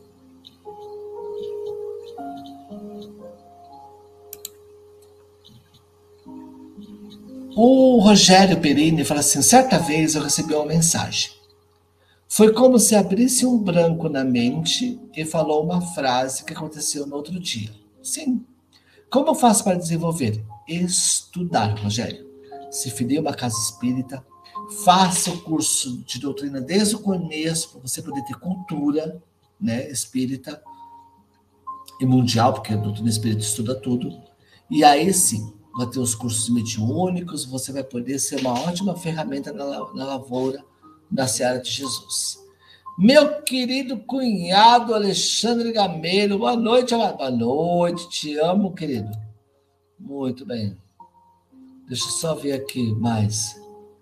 O Rogério Perini fala assim: certa vez eu recebi uma mensagem. Foi como se abrisse um branco na mente e falou uma frase que aconteceu no outro dia. Sim. Como eu faço para desenvolver? Estudar, Rogério. Se filie uma casa espírita, faça o curso de doutrina desde o começo, para você poder ter cultura, né, espírita e mundial, porque a doutrina espírita estuda tudo. E aí sim, vai ter os cursos mediúnicos, você vai poder ser uma ótima ferramenta na lavoura da Seara de Jesus. Meu querido cunhado Alexandre Gameiro, boa noite, amado. Boa noite, te amo, querido. Muito bem. Deixa eu só ver aqui mais.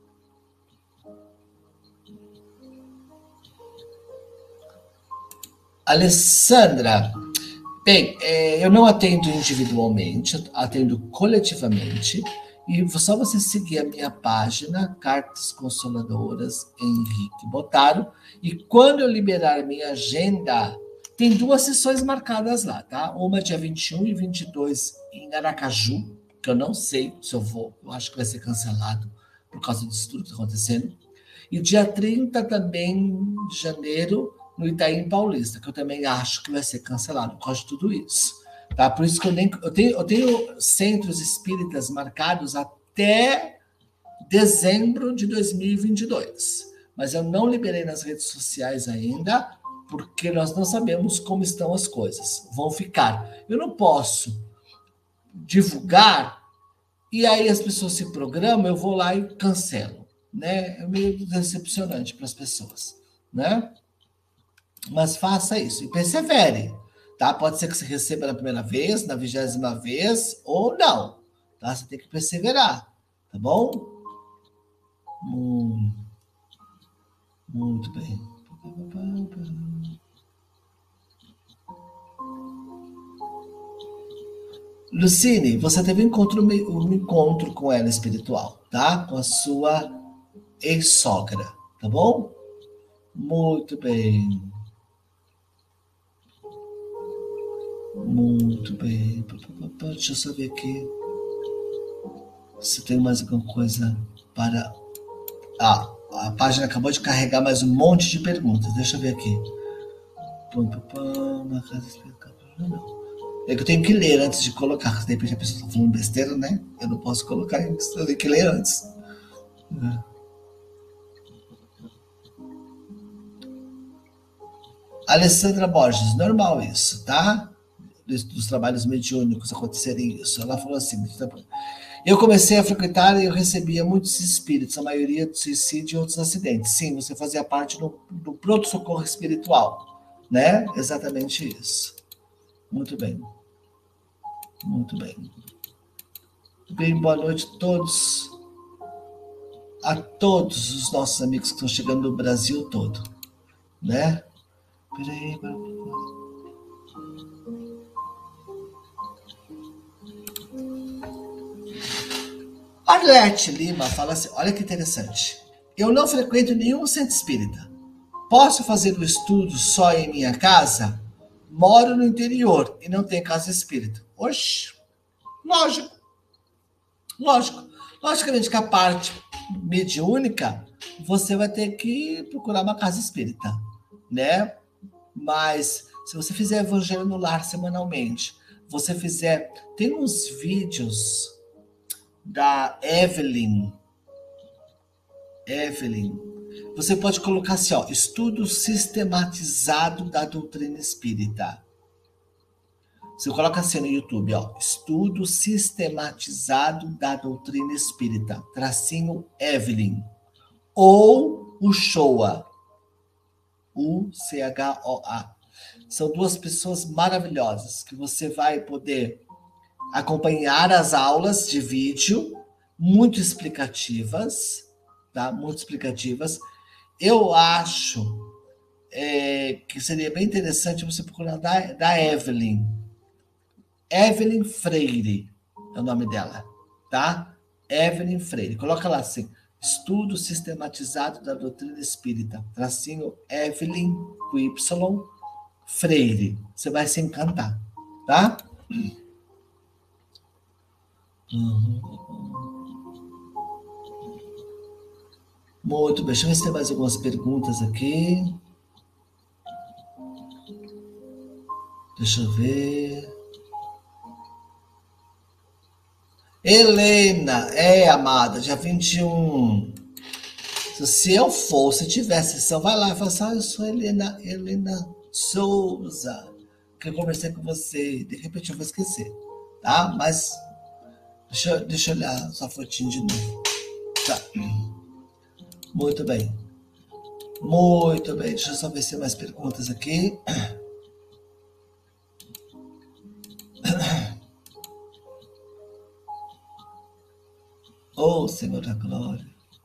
Alessandra, bem, eu não atendo individualmente, atendo coletivamente. E só você seguir a minha página, Cartas Consoladoras Henrique Botaro. E quando eu liberar minha agenda, tem 2 sessões marcadas lá, tá? Uma dia 21 e 22 em Aracaju, que eu não sei se eu vou, eu acho que vai ser cancelado por causa disso tudo que está acontecendo. E dia 30 também de janeiro, no Itaim Paulista, que eu também acho que vai ser cancelado por causa de tudo isso. Tá? Por isso que eu tenho centros espíritas marcados até dezembro de 2022. Mas eu não liberei nas redes sociais ainda, porque nós não sabemos como estão as coisas. Vão ficar. Eu não posso divulgar e aí as pessoas se programam, eu vou lá e cancelo. Né? É meio decepcionante para as pessoas. Né? Mas faça isso e persevere. Tá? Pode ser que você receba na primeira vez, na 20ª vez, ou não. Tá? Você tem que perseverar. Tá bom? Muito bem. Lucine, você teve um encontro com ela espiritual, tá? Com a sua ex-sogra, tá bom? Muito bem. Muito bem. Deixa eu só ver aqui se tem mais alguma coisa para... a página acabou de carregar mais um monte de perguntas. Deixa eu ver aqui. Não. É que eu tenho que ler antes de colocar. De repente a pessoa está falando besteira, né? Eu não posso colocar isso. Eu tenho que ler antes. Alessandra Borges, normal isso, tá? dos trabalhos mediúnicos acontecerem isso. Ela falou assim: eu comecei a frequentar e eu recebia muitos espíritos, a maioria de suicídio e outros acidentes. Sim, você fazia parte do pronto-socorro espiritual, né? Exatamente isso. Muito bem. Muito bem. Bem, boa noite a todos. A todos os nossos amigos que estão chegando do Brasil todo, né? Peraí. Arlete Lima fala assim, olha que interessante. Eu não frequento nenhum centro espírita. Posso fazer o estudo só em minha casa? Moro no interior e não tenho casa espírita. Oxe, lógico, lógico. Logicamente que a parte mediúnica, você vai ter que procurar uma casa espírita, né? Mas se você fizer Evangelho no Lar semanalmente, você fizer... Tem uns vídeos da Evelyn. Você pode colocar assim, ó, estudo sistematizado da doutrina espírita. Você coloca assim no YouTube, ó, estudo sistematizado da doutrina espírita, tracinho Evelyn. Ou o Shoa, UCHOA. São duas pessoas maravilhosas que você vai poder acompanhar as aulas de vídeo, muito explicativas, tá? Muito explicativas. Eu acho que seria bem interessante você procurar da Evelyn. Evelyn Freire é o nome dela, tá? Evelyn Freire. Coloca lá assim, estudo sistematizado da doutrina espírita, tracinho Evelyn com Y Freire. Você vai se encantar, tá? Muito bem, deixa eu ver se tem mais algumas perguntas aqui. Deixa eu ver. Helena, amada, dia 21. Se eu for, se tiver sessão, vai lá e fala assim, eu sou Helena Souza, que eu conversei com você. De repente eu vou esquecer, tá? Mas deixa eu olhar sua fotinho de novo. Tá. Muito bem. Muito bem. Deixa eu só ver se tem mais perguntas aqui. Oh, Senhor da Glória.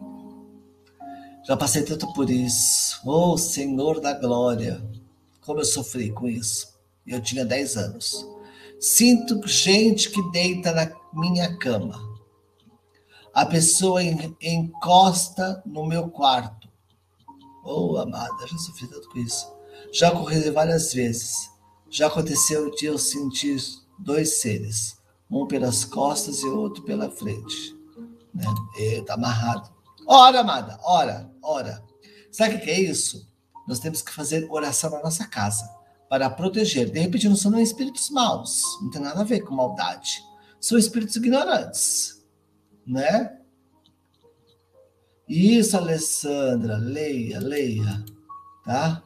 Já passei tanto por isso. Oh, Senhor da Glória. Como eu sofri com isso. Eu tinha 10 anos. Sinto gente que deita na minha cama. A pessoa encosta no meu quarto. Oh, amada, já sofri tanto com isso. Já ocorreu várias vezes. Já aconteceu de eu sentir dois seres. Um pelas costas e o outro pela frente. Né? Tá amarrado. Ora, amada, ora. Sabe o que é isso? Nós temos que fazer oração na nossa casa para proteger. De repente, não são espíritos maus, não tem nada a ver com maldade. São espíritos ignorantes, né? Isso, Alessandra, leia, tá?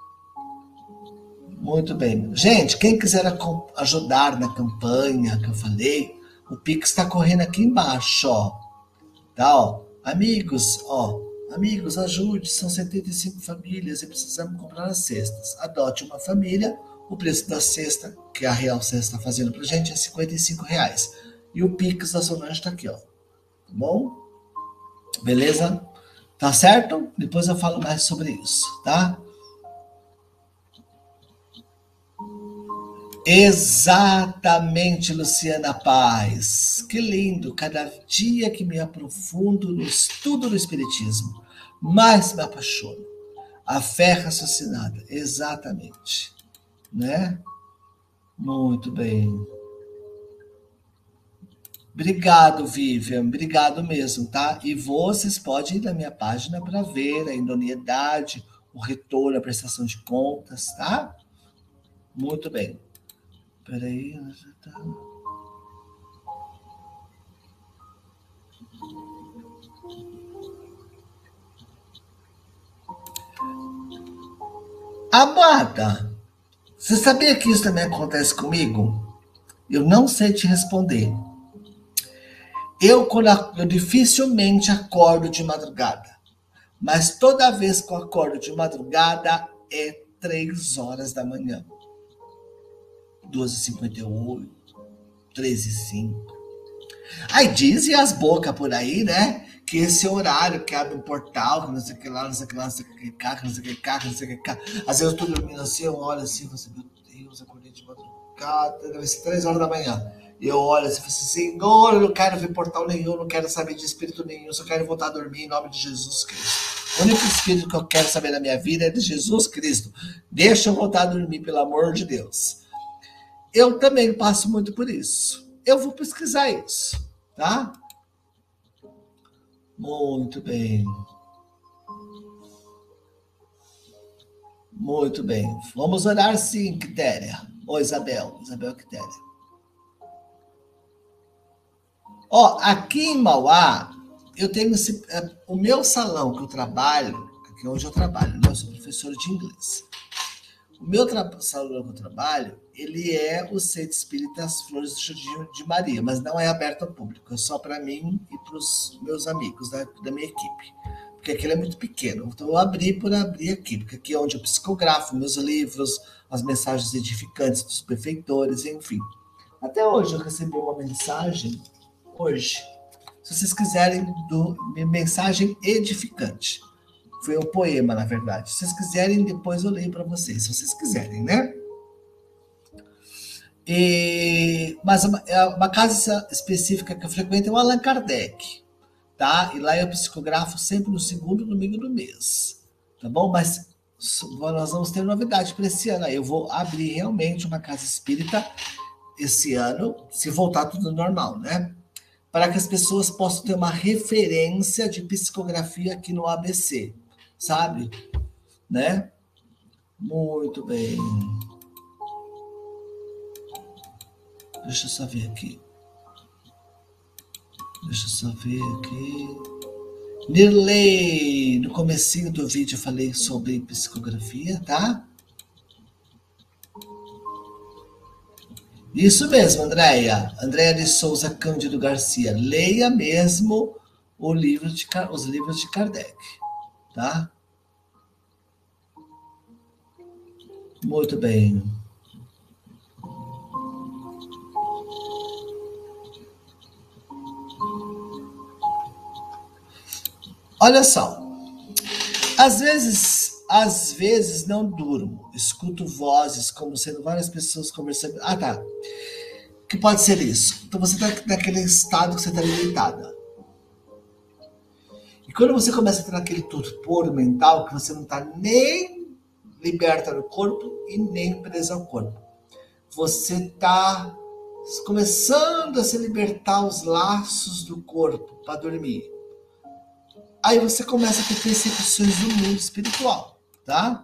Muito bem. Gente, quem quiser ajudar na campanha que eu falei, o Pix está correndo aqui embaixo, ó. Tá, ó. Amigos, ajude, são 75 famílias e precisamos comprar as cestas. Adote uma família, o preço da cesta, que a Real Cesta está fazendo pra gente, é R$ 55. E o Pix da Solange tá aqui, ó. Tá bom? Beleza? Tá certo? Depois eu falo mais sobre isso, tá? Exatamente, Luciana Paz. Que lindo! Cada dia que me aprofundo no estudo do Espiritismo, mais me apaixono. A fé raciocinada, exatamente. Né? Muito bem. Obrigado, Vivian. Obrigado mesmo, tá? E vocês podem ir na minha página para ver a idoneidade, o retorno, a prestação de contas, tá? Muito bem. Peraí. Amada, Você sabia que isso também acontece comigo? Eu não sei te responder. Eu dificilmente acordo de madrugada, mas toda vez que eu acordo de madrugada é 3 horas da manhã. 2h58, 3h05. Aí dizem as bocas por aí, né? Que esse é o horário que abre um portal, que não sei o que lá, não sei o que lá, não sei o que cá, que não sei o que cá, que não sei o que cá. Às vezes eu tô dormindo assim, eu olho assim, você, meu Deus, acordei de madrugada, deve ser 3 horas da manhã. E eu olho assim, e falo assim, Senhor, eu não quero ver portal nenhum, não quero saber de espírito nenhum, só quero voltar a dormir em nome de Jesus Cristo. O único espírito que eu quero saber na minha vida é de Jesus Cristo. Deixa eu voltar a dormir, pelo amor de Deus. Eu também passo muito por isso. Eu vou pesquisar isso, tá? Muito bem. Muito bem. Vamos orar sim, Quitéria. Ô, Isabel. Isabel Quitéria. Ó, aqui em Mauá, eu tenho o meu salão que eu trabalho, aqui é onde eu trabalho, né? Eu sou professor de inglês. O meu salão que eu trabalho, ele é o Centro Espírita As Flores do Jardim de Maria, mas não é aberto ao público, é só para mim e para os meus amigos da minha equipe. Porque aquele é muito pequeno. Então eu abri por abrir aqui, porque aqui é onde eu psicografo meus livros, as mensagens edificantes dos benfeitores, enfim. Até hoje eu recebi uma mensagem, hoje, se vocês quiserem, mensagem edificante. Foi um poema, na verdade. Se vocês quiserem, depois eu leio para vocês, se vocês quiserem, né? Mas uma casa específica que eu frequento é o Allan Kardec, tá? E lá eu psicografo sempre no segundo domingo do mês, tá bom? Mas nós vamos ter novidade para esse ano. Aí eu vou abrir realmente uma casa espírita esse ano, se voltar tudo normal, né? Para que as pessoas possam ter uma referência de psicografia aqui no ABC, sabe? Né? Muito bem. Deixa eu só ver aqui. Deixa eu só ver aqui. Nirley, no comecinho do vídeo eu falei sobre psicografia, tá? Isso mesmo, Andréia. Andréia de Souza Cândido Garcia. Leia mesmo os livros de Kardec, tá? Muito bem. Olha só. Às vezes não durmo. Escuto vozes como sendo várias pessoas conversando. Ah, tá. Que pode ser isso. Então você está naquele estado que você está limitada. E quando você começa a ter aquele torpor mental, que você não está nem liberta do corpo e nem presa ao corpo. Você está começando a se libertar os laços do corpo para dormir. Aí você começa a ter percepções do mundo espiritual, tá?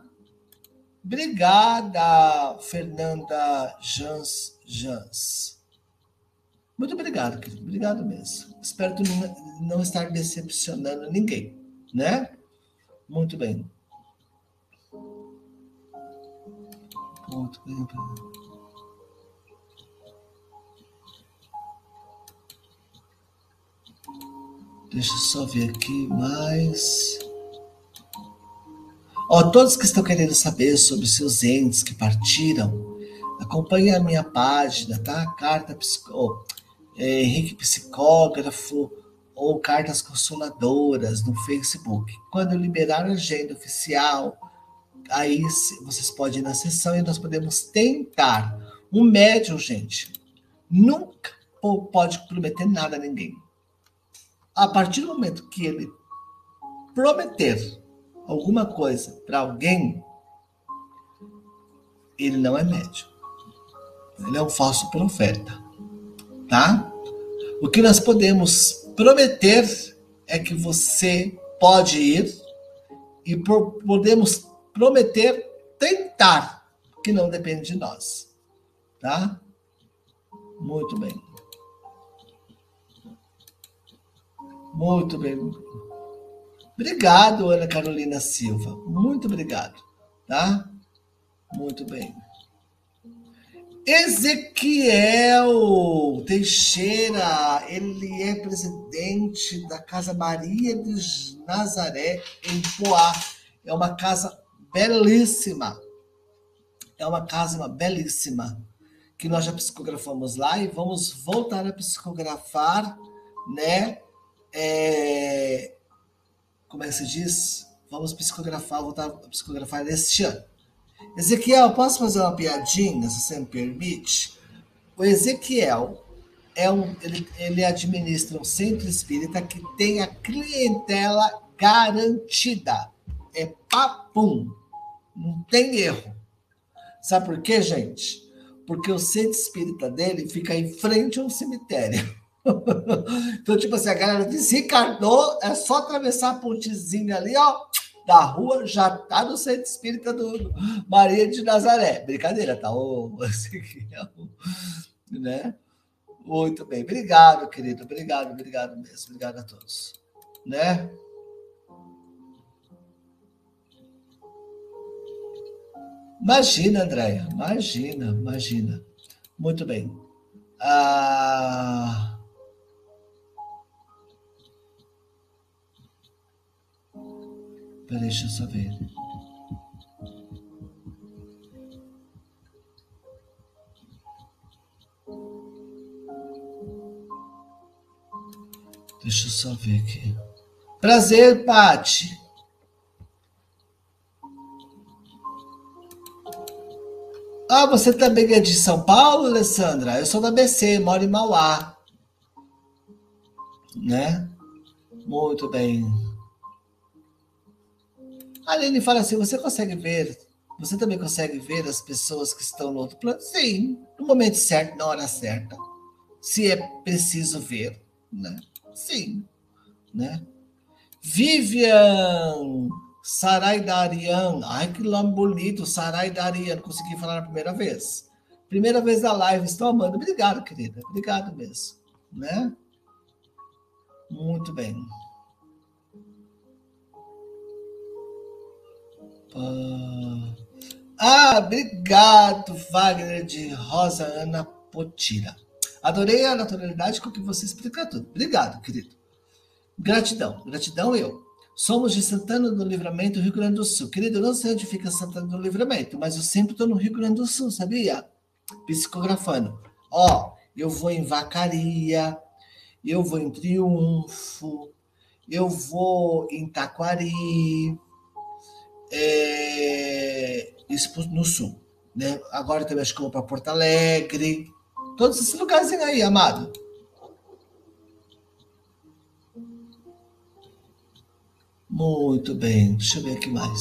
Obrigada, Fernanda Jans. Muito obrigado, querido. Obrigado mesmo. Espero não estar decepcionando ninguém, né? Muito bem. Muito bem. Deixa eu só ver aqui mais. Ó, todos que estão querendo saber sobre seus entes que partiram, acompanhe a minha página, tá? Henrique Psicógrafo ou Cartas Consoladoras no Facebook. Quando eu liberar a agenda oficial, aí vocês podem ir na sessão e nós podemos tentar. Um médium, gente, nunca pode prometer nada a ninguém. A partir do momento que ele prometer alguma coisa para alguém, ele não é médium. Ele é um falso profeta, tá? O que nós podemos prometer é que você pode ir e podemos prometer tentar, que não depende de nós, tá? Muito bem. Muito bem. Obrigado, Ana Carolina Silva. Muito obrigado, tá? Muito bem. Ezequiel Teixeira, ele é presidente da Casa Maria de Nazaré, em Poá. É uma casa belíssima. É uma casa belíssima, que nós já psicografamos lá e vamos voltar a psicografar, né? Como é que se diz? Vamos voltar a psicografar este ano. Ezequiel, posso fazer uma piadinha, se você me permite? O Ezequiel ele administra um centro espírita que tem a clientela garantida. É papum. Não tem erro. Sabe por quê, gente? Porque o centro espírita dele fica em frente a um cemitério. Então, tipo assim, a galera desencarnou, é só atravessar a pontezinha ali, ó, da rua, já tá no centro espírita do Maria de Nazaré. Brincadeira, tá? Né? Muito bem. Obrigado, querido. Obrigado mesmo. Obrigado a todos. Né? Imagina, Andréia. Imagina. Muito bem. Peraí, deixa eu só ver. Deixa eu só ver aqui. Prazer, Pati. Ah, você também é de São Paulo, Alessandra? Eu sou da BC, moro em Mauá. Né? Muito bem. A Aline fala assim, você também consegue ver as pessoas que estão no outro plano? Sim, no momento certo, na hora certa. Se é preciso ver, né? Sim, né? Vivian Saraidarian. Ai, que nome bonito, Saraidarian. Consegui falar na primeira vez. Primeira vez da live, estou amando. Obrigado, querida. Obrigado mesmo, né? Muito bem. Obrigado, Wagner de Rosa Ana Potira. Adorei a naturalidade com que você explica tudo. Obrigado, querido. Gratidão eu. Somos de Santana do Livramento, Rio Grande do Sul. Querido, eu não sei onde fica Santana do Livramento, mas eu sempre estou no Rio Grande do Sul, sabia? Psicografando. Eu vou em Vacaria, eu vou em Triunfo, eu vou em Taquari, isso no sul, né? Agora também acho que eu vou para Porto Alegre, todos esses lugares aí, amado. Muito bem, deixa eu ver aqui mais.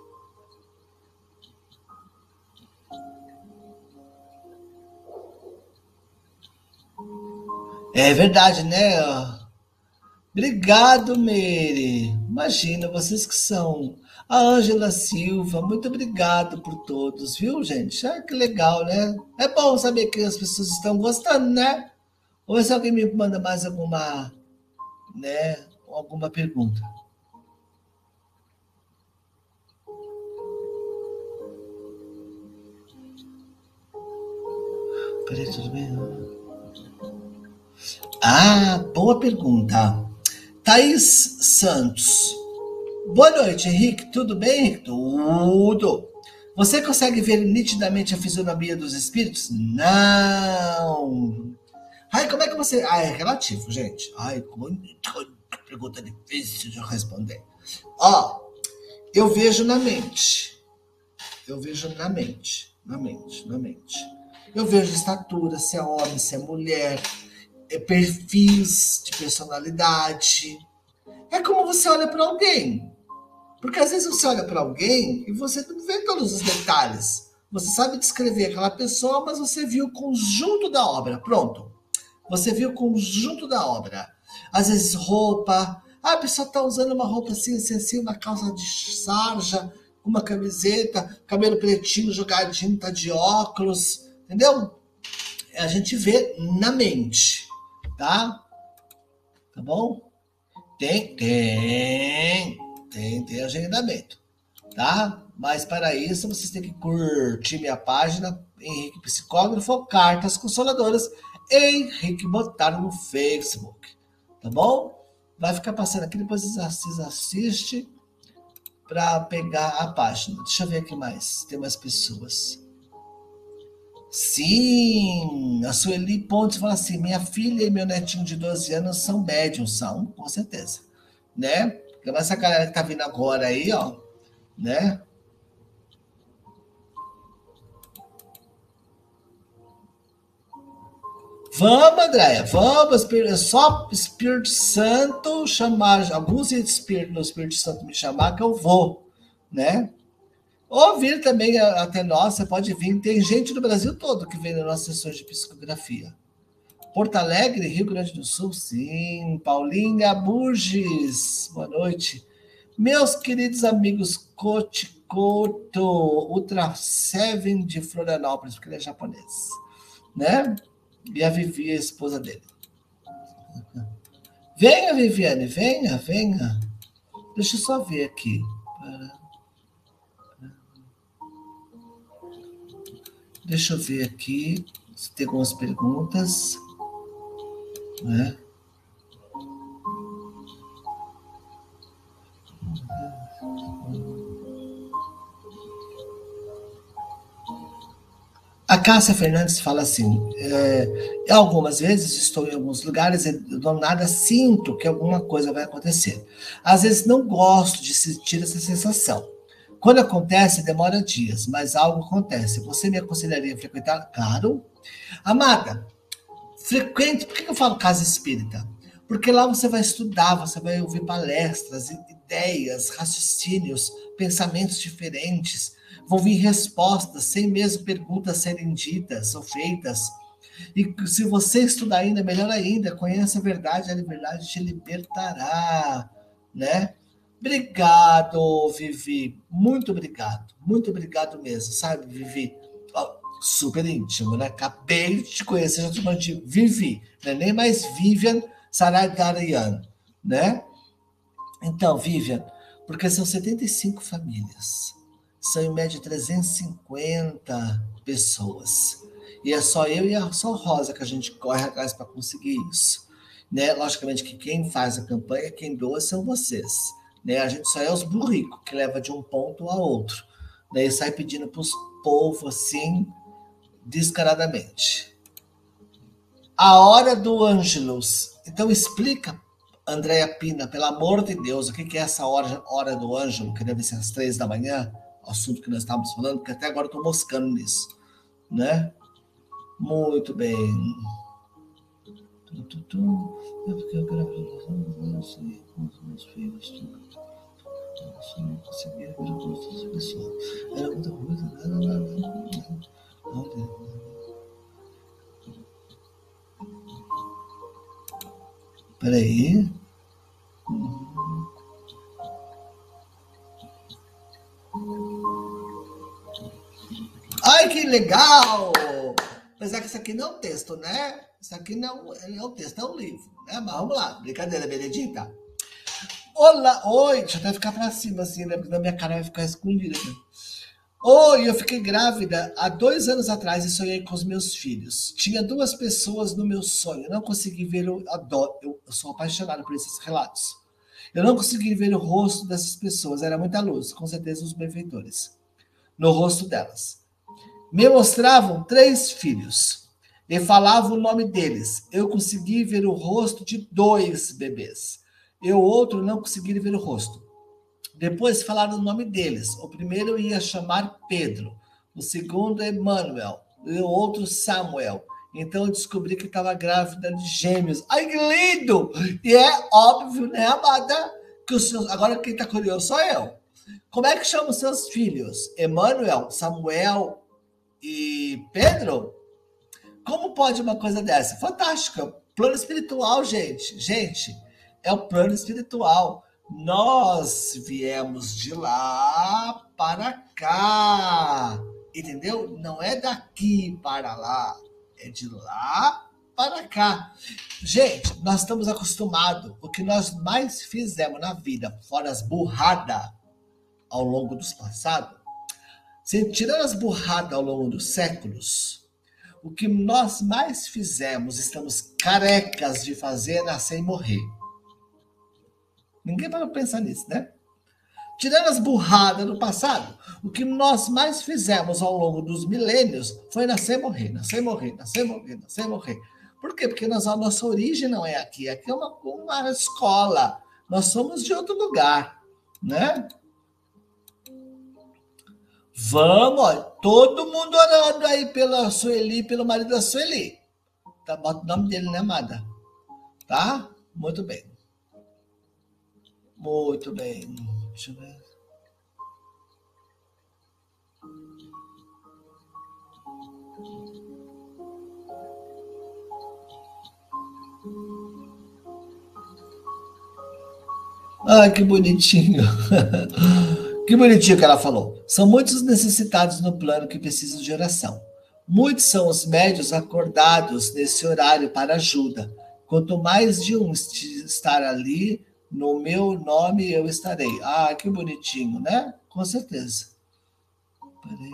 É verdade, né? Obrigado, Meire. Imagina, vocês que são. A Ângela Silva, muito obrigado por todos, viu, gente? Que legal, né? É bom saber que as pessoas estão gostando, né? Ou se alguém me manda mais alguma, né? Alguma pergunta. Peraí, tudo bem? Boa pergunta. Thaís Santos. Boa noite, Henrique. Tudo bem, Henrique? Tudo. Você consegue ver nitidamente a fisionomia dos espíritos? Não. Ai, como é que você... é relativo, gente. Ai, que pergunta difícil de responder. Eu vejo na mente. Eu vejo na mente. Eu vejo estatura, se é homem, se é mulher, perfis de personalidade. É como você olha para alguém. Porque às vezes você olha para alguém e você não vê todos os detalhes. Você sabe descrever aquela pessoa, mas você viu o conjunto da obra. Pronto. Você viu o conjunto da obra. Às vezes roupa. A pessoa está usando uma roupa assim, uma calça de sarja, uma camiseta, cabelo pretinho, jogadinho, tá de óculos. Entendeu? A gente vê na mente. Tá? Tá bom? Tem agendamento. tá? Mas para isso vocês têm que curtir minha página, Henrique Psicógrafo, Cartas Consoladoras, Henrique botar no Facebook, tá bom? Vai ficar passando aqui, depois vocês assistem para pegar a página. Deixa eu ver aqui mais, tem mais pessoas. Sim, a Sueli Pontes fala assim, minha filha e meu netinho de 12 anos são médiums, são, com certeza, né? Mas essa galera que tá vindo agora aí, ó, né? Vamos, Andréia, vamos, só Espírito Santo chamar, alguns espíritos do Espírito Santo me chamar que eu vou, né? Ou vir também até nós, você pode vir, tem gente do Brasil todo que vem nas nossas sessões de psicografia. Porto Alegre, Rio Grande do Sul, sim. Paulinha Burges, boa noite. Meus queridos amigos Kochikoto, Ultra Seven de Florianópolis, porque ele é japonês, né? E a Vivi, a esposa dele. Venha, Viviane, venha, venha. Deixa eu só ver aqui. Deixa eu ver aqui se tem algumas perguntas, né? A Cássia Fernandes fala assim, algumas vezes estou em alguns lugares e do nada sinto que alguma coisa vai acontecer. Às vezes não gosto de sentir essa sensação. Quando acontece, demora dias, mas algo acontece. Você me aconselharia a frequentar? Claro. Amada, frequente, por que eu falo casa espírita? Porque lá você vai estudar, você vai ouvir palestras, ideias, raciocínios, pensamentos diferentes, vão vir respostas, sem mesmo perguntas serem ditas ou feitas. E se você estudar ainda, melhor ainda, conheça a verdade te libertará, né? Obrigado, Vivi, muito obrigado mesmo, sabe, Vivi? Ó, super íntimo, né? Acabei de te conhecer, já te chamando de Vivi, não é nem mais Vivian Saradarian, né? Então, Vivian, porque são 75 famílias, são em média 350 pessoas, e é só eu e só a Rosa que a gente corre atrás para conseguir isso, né? Logicamente que quem faz a campanha, quem doa são vocês, né? A gente só é os burricos que leva de um ponto a outro, né? E sai pedindo para os povos assim, descaradamente. A hora do Ângelus. Então explica, Andréia Pina, pelo amor de Deus, o que é essa hora do Ângelo, que deve ser às 3 da manhã, o assunto que nós estávamos falando, porque até agora eu estou moscando nisso, né? Muito bem. É porque eu não sei com os meus filhos. Eu não conseguia ver o rosto dessa pessoa. Era muita coisa, nada. Peraí. Ai, que legal! Apesar que isso aqui não é um texto, né? Isso aqui não é um texto, é um livro, né? Mas vamos lá, brincadeira, Benedita. Olá, oi, deixa eu até ficar pra cima assim, né? Porque na minha cara vai ficar escondida. Né? Oi, eu fiquei grávida há 2 anos atrás e sonhei com os meus filhos. Tinha 2 pessoas no meu sonho. Não consegui ver eu sou apaixonado por esses relatos. Eu não consegui ver o rosto dessas pessoas. Era muita luz, com certeza os benfeitores. No rosto delas. Me mostravam 3 filhos e falavam o nome deles. Eu consegui ver o rosto de 2 bebês. E o outro não consegui ver o rosto. Depois falaram o nome deles. O primeiro ia chamar Pedro, o segundo Emanuel e o outro Samuel. Então eu descobri que estava grávida de gêmeos. Ai, que lindo! E é óbvio, né, amada? Que os seus... Agora quem está curioso sou eu. Como é que chamam seus filhos? Emanuel, Samuel e Pedro? Como pode uma coisa dessa? Fantástica. Plano espiritual, gente. Gente, é o plano espiritual. Nós viemos de lá para cá. Entendeu? Não é daqui para lá. É de lá para cá. Gente, nós estamos acostumados. O que nós mais fizemos na vida, fora as burradas, ao longo dos passados, tirando as burradas ao longo dos séculos, o que nós mais fizemos, estamos carecas de fazer, é nascer e morrer. Ninguém vai pensar nisso, né? Tirando as burradas do passado, o que nós mais fizemos ao longo dos milênios foi nascer e morrer, nascer e morrer, nascer e morrer, nascer e morrer. Por quê? Porque a nossa origem não é aqui. Aqui é uma escola. Nós somos de outro lugar, né? Vamos, ó, todo mundo orando aí pela Sueli, pelo marido da Sueli. Tá, bota o nome dele, né, amada? Tá? Muito bem. Muito bem. Deixa eu ver. Ah, que bonitinho. Que bonitinho que ela falou. São muitos necessitados no plano que precisam de oração. Muitos são os médios acordados nesse horário para ajuda. Quanto mais de um estar ali, no meu nome eu estarei. Ah, que bonitinho, né? Com certeza. Peraí.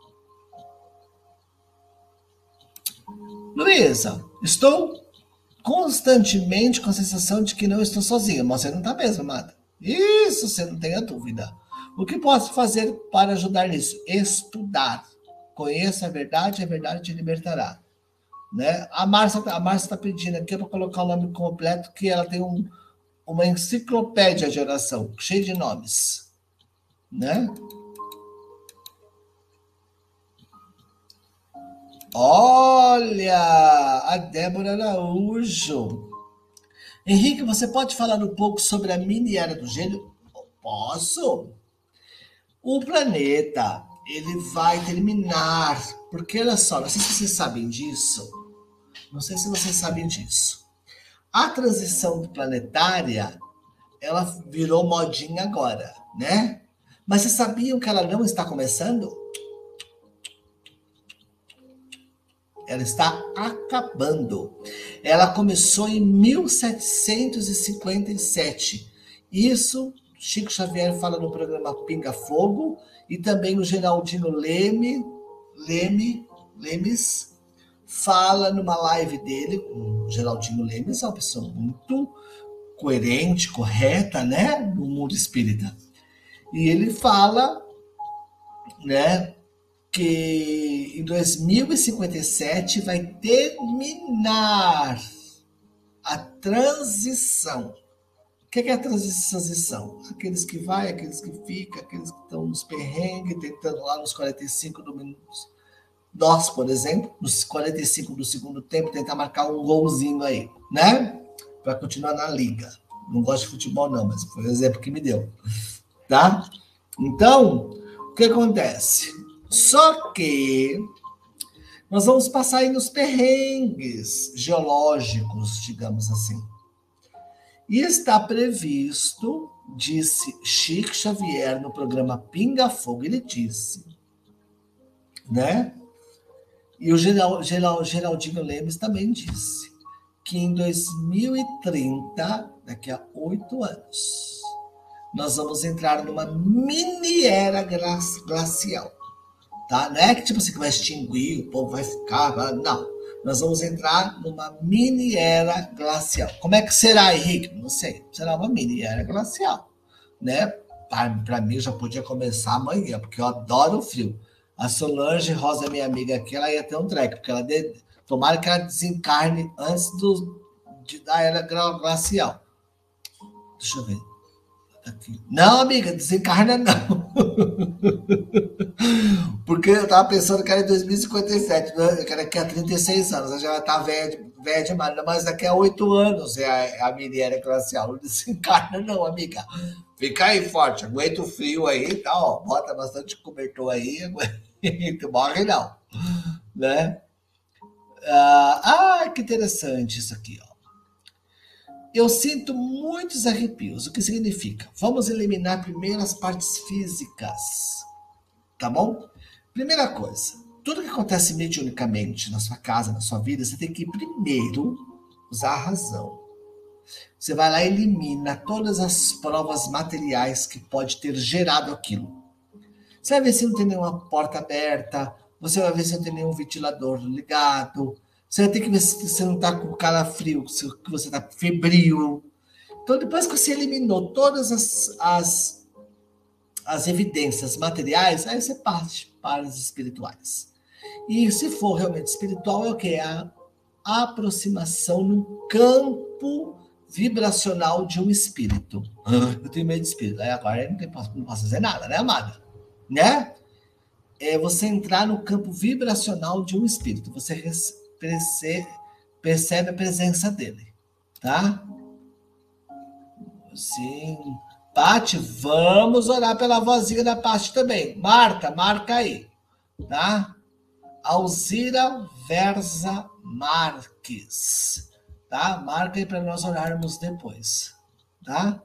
Luísa, estou constantemente com a sensação de que não estou sozinha. Mas você não está mesmo, amada. Isso, você não tenha dúvida. O que posso fazer para ajudar nisso? Estudar. Conheça a verdade te libertará. Né? A Márcia está pedindo aqui para colocar o nome completo, que ela tem uma enciclopédia de oração, cheia de nomes. Né? Olha, a Débora Araújo. Henrique, você pode falar um pouco sobre a mini era do gênio? Posso. O planeta, ele vai terminar, porque olha só, não sei se vocês sabem disso, a transição planetária, ela virou modinha agora, né? Mas vocês sabiam que ela não está começando? Ela está acabando. Ela começou em 1757. Isso Chico Xavier fala no programa Pinga Fogo e também o Geraldinho Lemes fala numa live dele. O Geraldinho Lemes é uma pessoa muito coerente, correta, né, no mundo espírita. E ele fala, né, que em 2057 vai terminar a transição. O que é a transição? Aqueles que vai, aqueles que ficam, aqueles que estão nos perrengues, tentando lá nos 45 do minuto. Nós, por exemplo, nos 45 do segundo tempo, tentar marcar um golzinho aí, né? Para continuar na liga. Não gosto de futebol, não, mas foi o exemplo que me deu. Tá? Então, o que acontece? Só que nós vamos passar aí nos perrengues geológicos, digamos assim. E está previsto, disse Chico Xavier no programa Pinga Fogo, ele disse, né? E o Geraldinho Lemes também disse que em 2030, daqui a 8 anos, nós vamos entrar numa mini era glacial. Tá? Não é que tipo assim que vai extinguir, o povo vai ficar, não. Nós vamos entrar numa mini era glacial. Como é que será, Henrique? Não sei. Será uma mini era glacial, né? Para mim já podia começar amanhã, porque eu adoro o frio. A Solange Rosa, minha amiga aqui, ela ia ter um treco, porque tomara que ela desencarne antes da era glacial. Deixa eu ver. Aqui. Não, amiga, desencarna não. Porque eu tava pensando que era em 2057, né? Que era daqui a 36 anos. A gente já tá velha demais, mas daqui a 8 anos é a mini era glacial. Não desencarna não, amiga. Fica aí forte, aguenta o frio aí, tá, ó. Bota bastante cobertor aí, aguenta, morre não, né? Que interessante isso aqui, ó. Eu sinto muitos arrepios. O que significa? Vamos eliminar primeiro as partes físicas, tá bom? Primeira coisa, tudo que acontece mediunicamente na sua casa, na sua vida, você tem que primeiro usar a razão. Você vai lá e elimina todas as provas materiais que pode ter gerado aquilo. Você vai ver se não tem nenhuma porta aberta, você vai ver se não tem nenhum ventilador ligado, você vai ter que ver se você não está com calafrio, se você está febril. Então, depois que você eliminou todas as evidências materiais, aí você parte para as espirituais. E se for realmente espiritual, é o que? É a aproximação no campo vibracional de um espírito. Eu tenho medo de espírito. Aí agora eu não posso fazer nada, né, amada? Né? É você entrar no campo vibracional de um espírito. Você percebe a presença dele, tá? Sim. Pati, vamos orar pela vozinha da Pati também. Marta, marca aí, tá? Alzira Versa Marques, tá? Marca aí para nós orarmos depois, tá?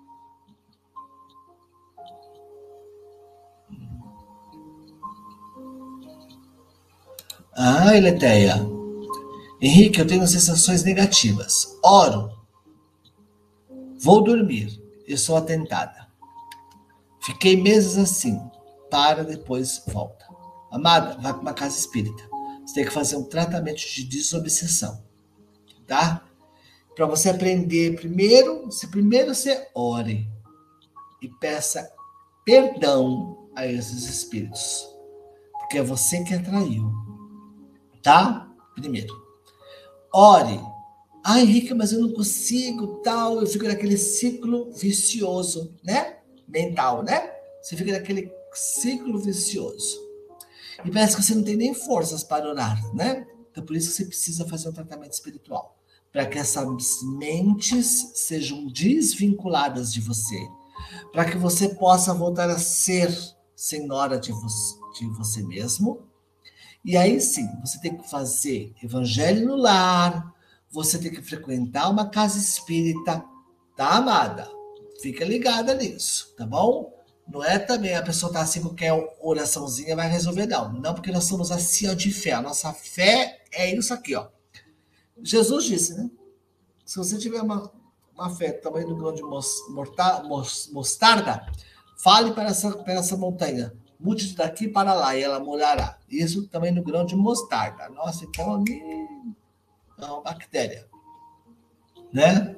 Ah, Eleteia. Henrique, eu tenho sensações negativas. Oro. Vou dormir. Eu sou atentada. Fiquei meses assim. Para, depois volta. Amada, vai para uma casa espírita. Você tem que fazer um tratamento de desobsessão, tá? Para você aprender primeiro você ore e peça perdão a esses espíritos, porque é você que atraiu, tá? Primeiro, ore. Ah, Henrique, mas eu não consigo, tal. Eu fico naquele ciclo vicioso, né? Mental, né? Você fica naquele ciclo vicioso. E parece que você não tem nem forças para orar, né? Então, por isso que você precisa fazer um tratamento espiritual. Para que essas mentes sejam desvinculadas de você. Para que você possa voltar a ser senhora de você mesmo. E aí sim, você tem que fazer evangelho no lar, você tem que frequentar uma casa espírita, tá, amada? Fica ligada nisso, tá bom? Não é também a pessoa tá assim, qualquer oraçãozinha vai resolver, não. Não, porque nós somos assim, ó, de fé. A nossa fé é isso aqui, ó. Jesus disse, né? Se você tiver uma fé do tamanho do grão de mostarda, fale para essa montanha, mude daqui para lá e ela morará. Isso também no grão de mostarda. Nossa, então é uma bactéria, né?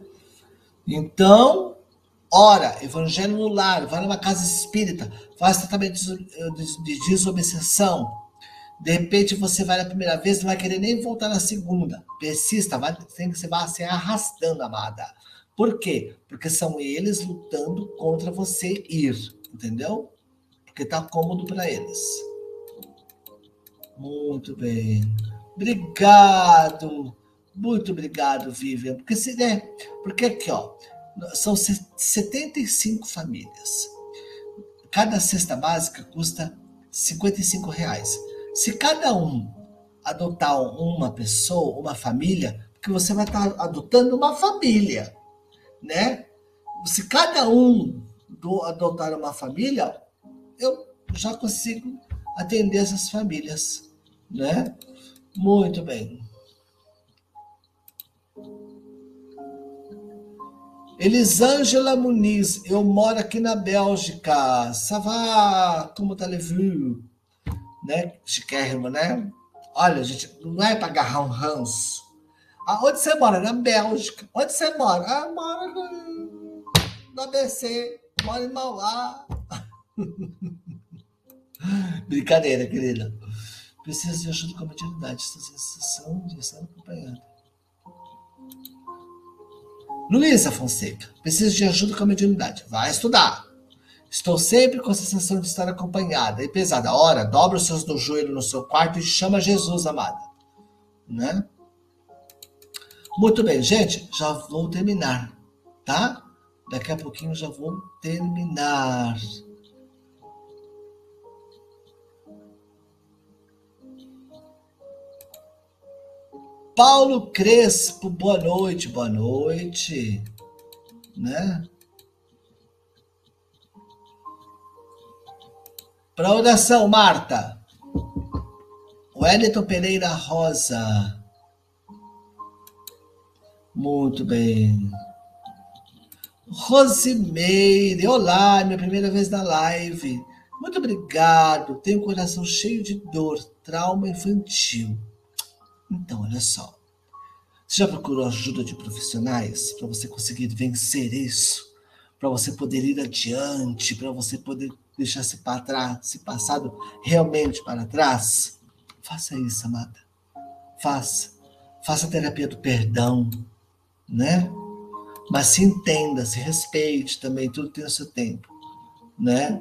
Então, ora, evangelho no lar, vai numa casa espírita, faz tratamento de desobsessão. De repente você vai na primeira vez, não vai querer nem voltar na segunda. Persista, tem que você vai se arrastando, amada. Por quê? Porque são eles lutando contra você ir, entendeu? Porque tá cômodo para eles. Muito bem. Obrigado. Muito obrigado, Vivian. Porque aqui, ó, são 75 famílias. Cada cesta básica custa R$ 55. Se cada um adotar uma pessoa, uma família, porque você vai estar adotando uma família, né? Se cada um adotar uma família, eu já consigo atender essas famílias, né? Muito bem. Elisângela Muniz, eu moro aqui na Bélgica. Ça va? Como allez-vous? Né? Chiquérrimo, né? Olha, gente, não é para agarrar um ranço. Ah, onde você mora? Na Bélgica. Onde você mora? Ah, mora no ABC. Mora em Mauá. Brincadeira, querida. Preciso de ajuda com a mediunidade. Essa sensação de estar acompanhada. Luísa Fonseca, preciso de ajuda com a mediunidade. Vai estudar. Estou sempre com a sensação de estar acompanhada e pesada. Ora, dobra os seus dois joelhos no seu quarto e chama Jesus, amada. Né? Muito bem, gente, já vou terminar, tá? Daqui a pouquinho já vou terminar. Paulo Crespo, boa noite, né? Para oração, Marta. Wellington Pereira Rosa. Muito bem. Rosimeire, olá, minha primeira vez na live. Muito obrigado. Tenho o coração cheio de dor, trauma infantil. Então, olha só. Você já procurou ajuda de profissionais para você conseguir vencer isso? Para você poder ir adiante, para você poder deixar esse passado realmente para trás? Faça isso, amada. Faça. Faça a terapia do perdão, né? Mas se entenda, se respeite também, tudo tem o seu tempo, né?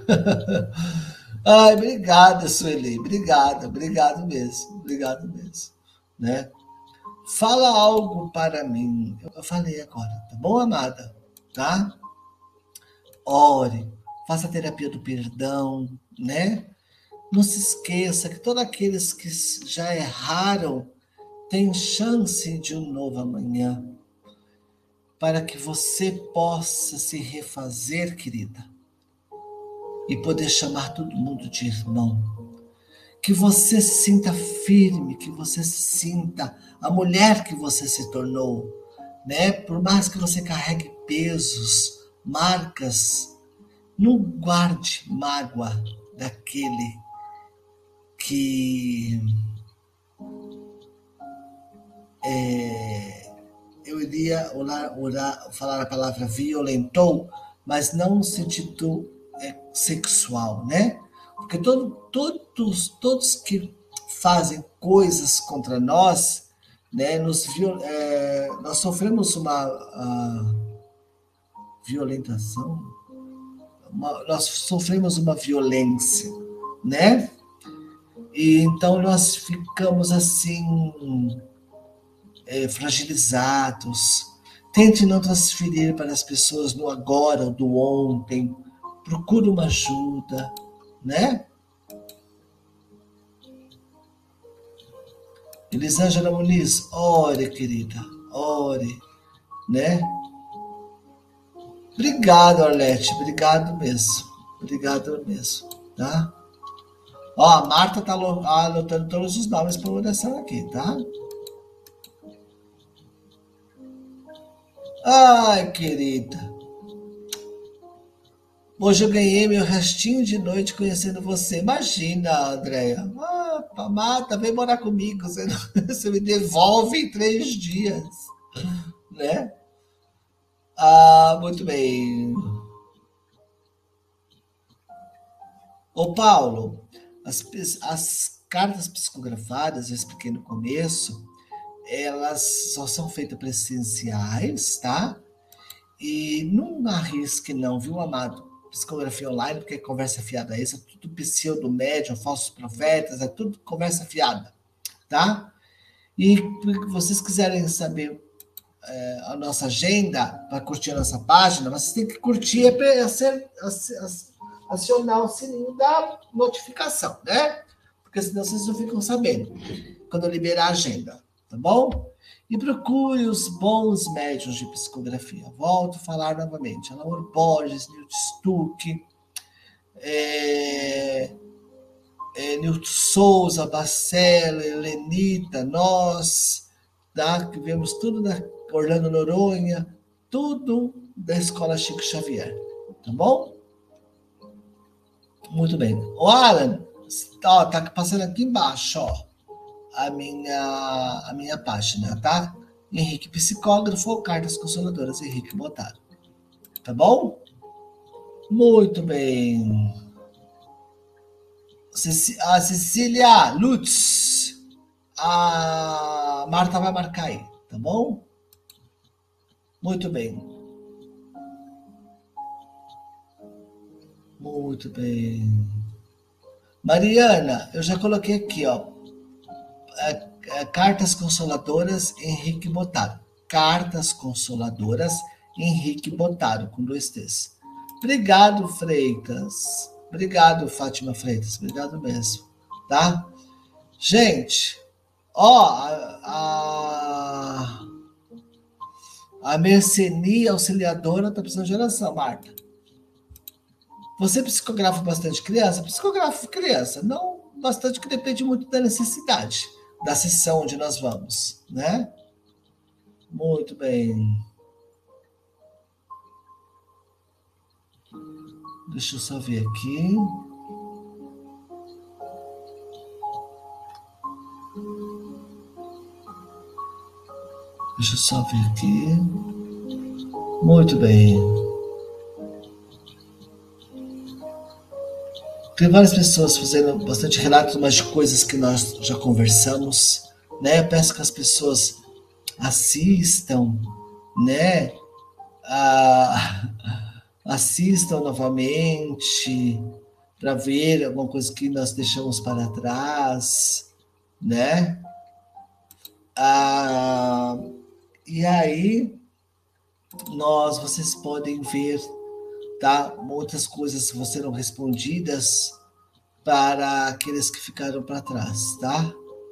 Ai, obrigada, Sueli. Obrigada, obrigado mesmo, né? Fala algo para mim. Eu falei agora, tá bom, amada? Tá? Ore, faça a terapia do perdão, né? Não se esqueça que todos aqueles que já erraram têm chance de um novo amanhã, para que você possa se refazer, querida, e poder chamar todo mundo de irmão. Que você se sinta firme, que você se sinta a mulher que você se tornou, né? Por mais que você carregue pesos, marcas, não guarde mágoa daquele que eu iria falar a palavra violentou, mas não no sentido sexual, né? Porque todos que fazem coisas contra nós, né, nós sofremos uma violentação, nós sofremos uma violência, né? E então nós ficamos assim, fragilizados. Tente não transferir para as pessoas no agora ou do ontem. Procure uma ajuda, né? Elisângela Muniz, ore, querida, ore, né? Obrigado, Arlete, obrigado mesmo, tá? Ó, a Marta tá anotando todos os nomes para oração aqui, tá? Ai, querida, hoje eu ganhei meu restinho de noite conhecendo você. Imagina, Andréia. Ah, Marta, vem morar comigo. Você me devolve em 3 dias, né? Ah, muito bem. Ô, Paulo, as cartas psicografadas, eu expliquei no começo, elas só são feitas presenciais, tá? E não arrisque não, viu, amado? Psicografia online, porque é conversa fiada isso, é tudo pseudo médium, falsos profetas, é tudo conversa fiada, tá? E se vocês quiserem saber a nossa agenda para curtir a nossa página, vocês têm que curtir e acionar o sininho da notificação, né? Porque senão vocês não ficam sabendo quando eu liberar a agenda, tá bom? E procure os bons médiuns de psicografia. Volto a falar novamente. Alaor Borges, Newt Stuck, Nilton Souza, Bacela, Helenita, nós, tá? Que vemos tudo da Orlando Noronha, tudo da Escola Chico Xavier, tá bom? Muito bem. O Alan, ó, tá passando aqui embaixo, ó, a minha página, tá? Henrique Psicógrafo ou Cartas Consoladoras, Henrique Botaro. Tá bom? Muito bem. A Cecília Lutz. A Marta vai marcar aí, tá bom? Muito bem. Muito bem. Mariana, eu já coloquei aqui, ó. Cartas Consoladoras, Henrique Botaro. Cartas Consoladoras, Henrique Botaro, com 2 T's. Obrigado, Freitas. Obrigado, Fátima Freitas. Obrigado mesmo, tá? Gente, ó, a Mercenia Auxiliadora tá precisando de oração, Marta. Você psicografa bastante criança? Psicografa criança. Não bastante, que depende muito da necessidade da sessão onde nós vamos, né? Muito bem. Deixa eu só ver aqui. Deixa eu só ver aqui. Muito bem. Tem várias pessoas fazendo bastante relatos, mas de coisas que nós já conversamos, né? Eu peço que as pessoas assistam, né? Assistam novamente para ver alguma coisa que nós deixamos para trás, né? Ah, e aí vocês podem ver, tá? Muitas coisas que serão respondidas para aqueles que ficaram para trás, tá?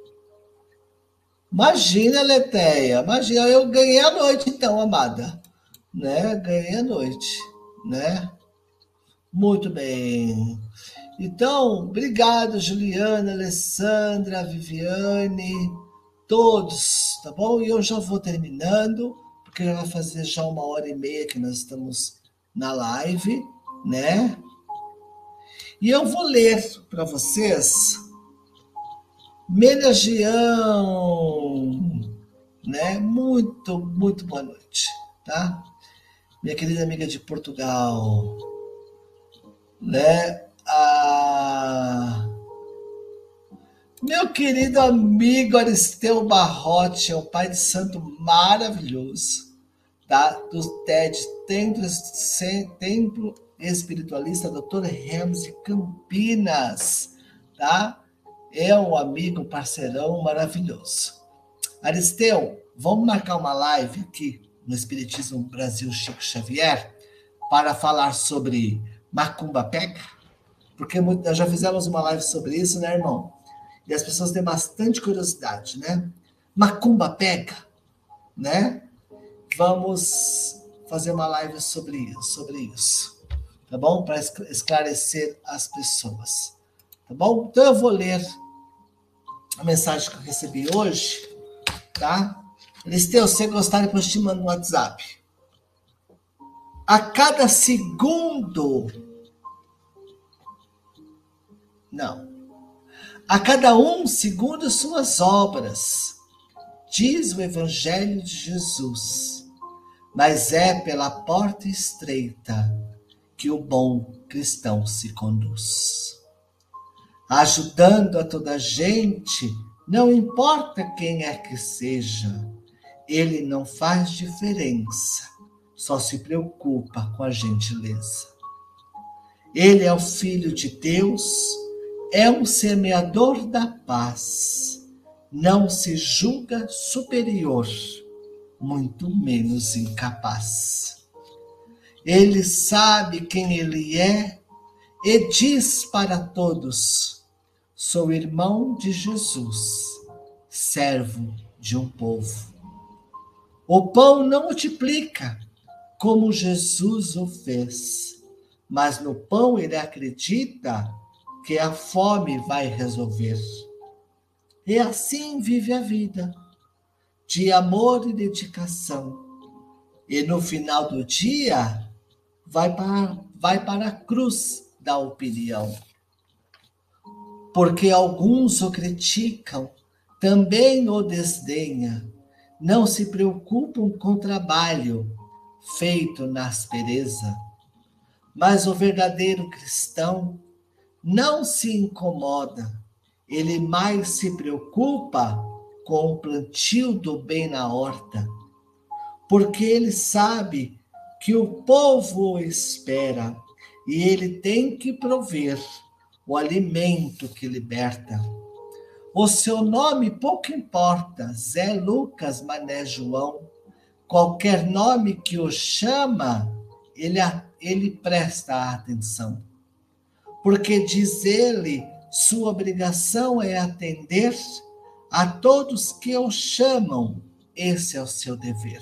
Imagina, Leteia, imagina, eu ganhei a noite então, amada, né? Ganhei a noite, né? Muito bem. Então, obrigado, Juliana, Alessandra, Viviane, todos, tá bom? E eu já vou terminando, porque já vai fazer já 1h30 que nós estamos na live, né? E eu vou ler para vocês Menagião, né? Muito, muito boa noite, tá? Minha querida amiga de Portugal, né? Meu querido amigo Aristeu Barrote, é um pai de santo maravilhoso, tá? Do TED, Templo Espiritualista Dr. Hermes de Campinas, tá? É um amigo, um parceirão maravilhoso. Aristeu, vamos marcar uma live aqui no Espiritismo Brasil Chico Xavier para falar sobre Macumba Pega? Porque nós já fizemos uma live sobre isso, né, irmão? E as pessoas têm bastante curiosidade, né? Macumba pega, né? Vamos fazer uma live sobre isso, tá bom? Para esclarecer as pessoas, tá bom? Então eu vou ler a mensagem que eu recebi hoje, tá? Aristeu, se você gostar, depois te mando no WhatsApp. A cada segundo... Não. A cada um segundo suas obras, diz o Evangelho de Jesus, mas é pela porta estreita que o bom cristão se conduz. Ajudando a toda a gente, não importa quem é que seja, ele não faz diferença, só se preocupa com a gentileza. Ele é o Filho de Deus, é um semeador da paz, não se julga superior, muito menos incapaz. Ele sabe quem ele é e diz para todos: sou irmão de Jesus, servo de um povo. O pão não multiplica, como Jesus o fez, mas no pão ele acredita que a fome vai resolver. E assim vive a vida, de amor e dedicação. E no final do dia, vai para a cruz da opinião. Porque alguns o criticam, também o desdenham, não se preocupam com o trabalho feito na aspereza. Mas o verdadeiro cristão não se incomoda, ele mais se preocupa com o plantio do bem na horta, porque ele sabe que o povo o espera e ele tem que prover o alimento que liberta. O seu nome pouco importa, Zé, Lucas, Mané, João, qualquer nome que o chama, ele presta atenção. Porque, diz ele, sua obrigação é atender a todos que o chamam, esse é o seu dever.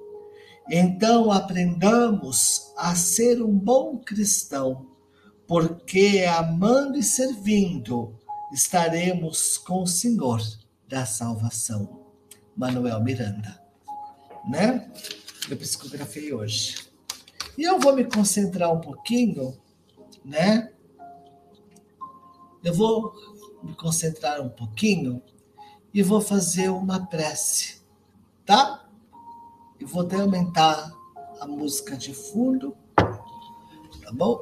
Então, aprendamos a ser um bom cristão, porque amando e servindo, estaremos com o Senhor da salvação. Manuel Miranda, Eu psicografei hoje. E eu vou me concentrar um pouquinho né? Eu vou me concentrar um pouquinho e vou fazer uma prece, tá? E vou até aumentar a música de fundo, tá bom?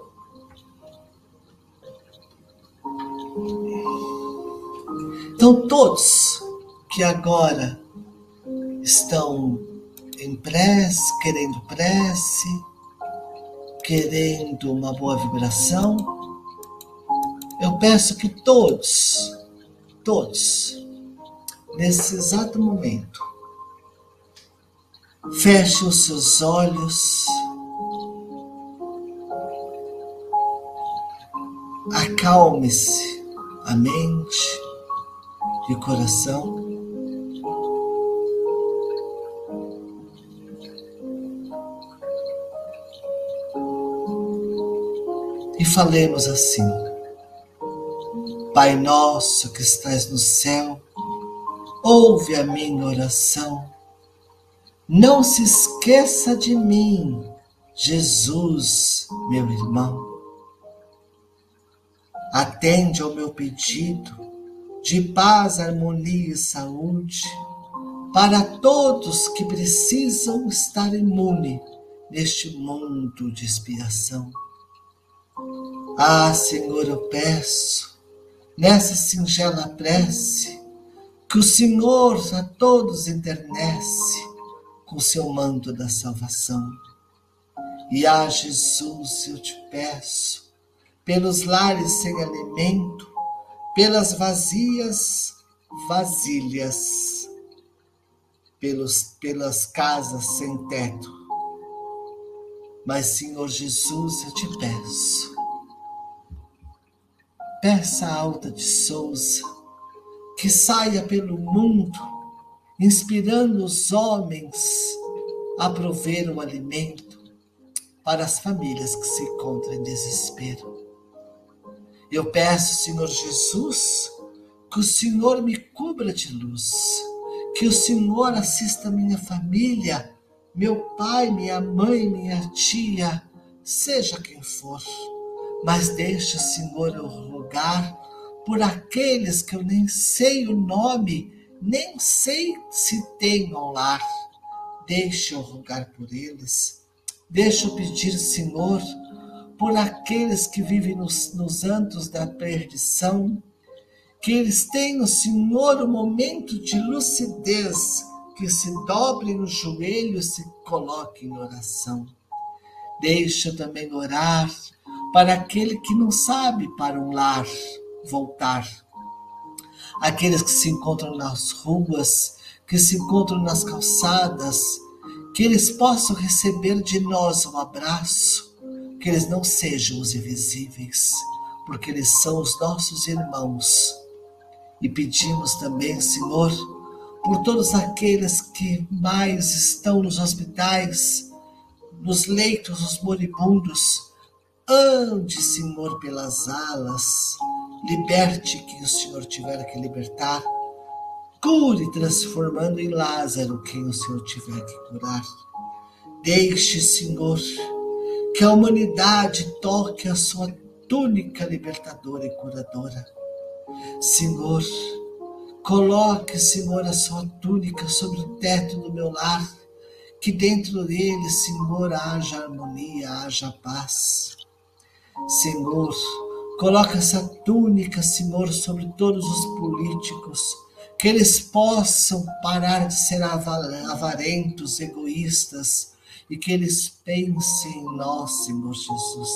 Então, todos que agora estão em prece, querendo uma boa vibração, eu peço que todos, nesse exato momento, fechem os seus olhos, acalme-se a mente e o coração. E falemos assim: Pai nosso que estás no céu, ouve a minha oração. Não se esqueça de mim, Jesus, meu irmão. Atende ao meu pedido de paz, harmonia e saúde para todos que precisam estar imunes neste mundo de expiação. Ah, Senhor, eu peço, nessa singela prece, que o Senhor a todos enternece com seu manto da salvação. E a Jesus eu te peço, pelos lares sem alimento, pelas vazias vasilhas, pelas casas sem teto. Mas, Senhor Jesus, eu te peço, peça a Alta de Souza que saia pelo mundo, inspirando os homens a prover um alimento para as famílias que se encontram em desespero. Eu peço, Senhor Jesus, que o Senhor me cubra de luz, que o Senhor assista minha família, meu pai, minha mãe, minha tia, seja quem for. Mas deixa, Senhor, eu rogar por aqueles que eu nem sei o nome, nem sei se tenham lar. Deixa eu rogar por eles. Deixa eu pedir, Senhor, por aqueles que vivem nos antros da perdição, que eles tenham, Senhor, um momento de lucidez, que se dobrem os joelhos e se coloquem em oração. Deixa eu também orar para aquele que não sabe para um lar voltar. Aqueles que se encontram nas ruas, que se encontram nas calçadas, que eles possam receber de nós um abraço, que eles não sejam os invisíveis, porque eles são os nossos irmãos. E pedimos também, Senhor, por todos aqueles que mais estão nos hospitais, nos leitos, os moribundos. Ande, Senhor, pelas alas, liberte quem o Senhor tiver que libertar, cure transformando em Lázaro quem o Senhor tiver que curar. Deixe, Senhor, que a humanidade toque a sua túnica libertadora e curadora. Senhor, coloque, Senhor, a sua túnica sobre o teto do meu lar, que dentro dele, Senhor, haja harmonia, haja paz. Senhor, coloca essa túnica, Senhor, sobre todos os políticos, que eles possam parar de ser avarentos, egoístas, e que eles pensem em nós, Senhor Jesus.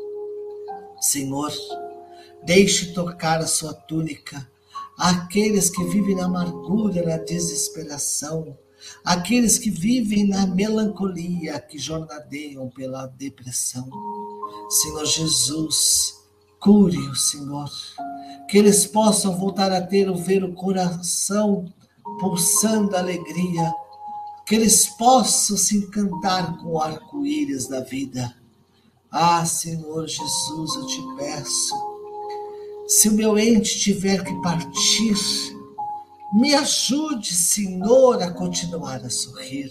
Senhor, deixe tocar a sua túnica àqueles que vivem na amargura, na desesperação, aqueles que vivem na melancolia, que jornadeiam pela depressão. Senhor Jesus, cure-o, Senhor, que eles possam voltar a ver o coração pulsando alegria, que eles possam se encantar com o arco-íris da vida. Ah, Senhor Jesus, eu te peço, se o meu ente tiver que partir, me ajude, Senhor, a continuar a sorrir,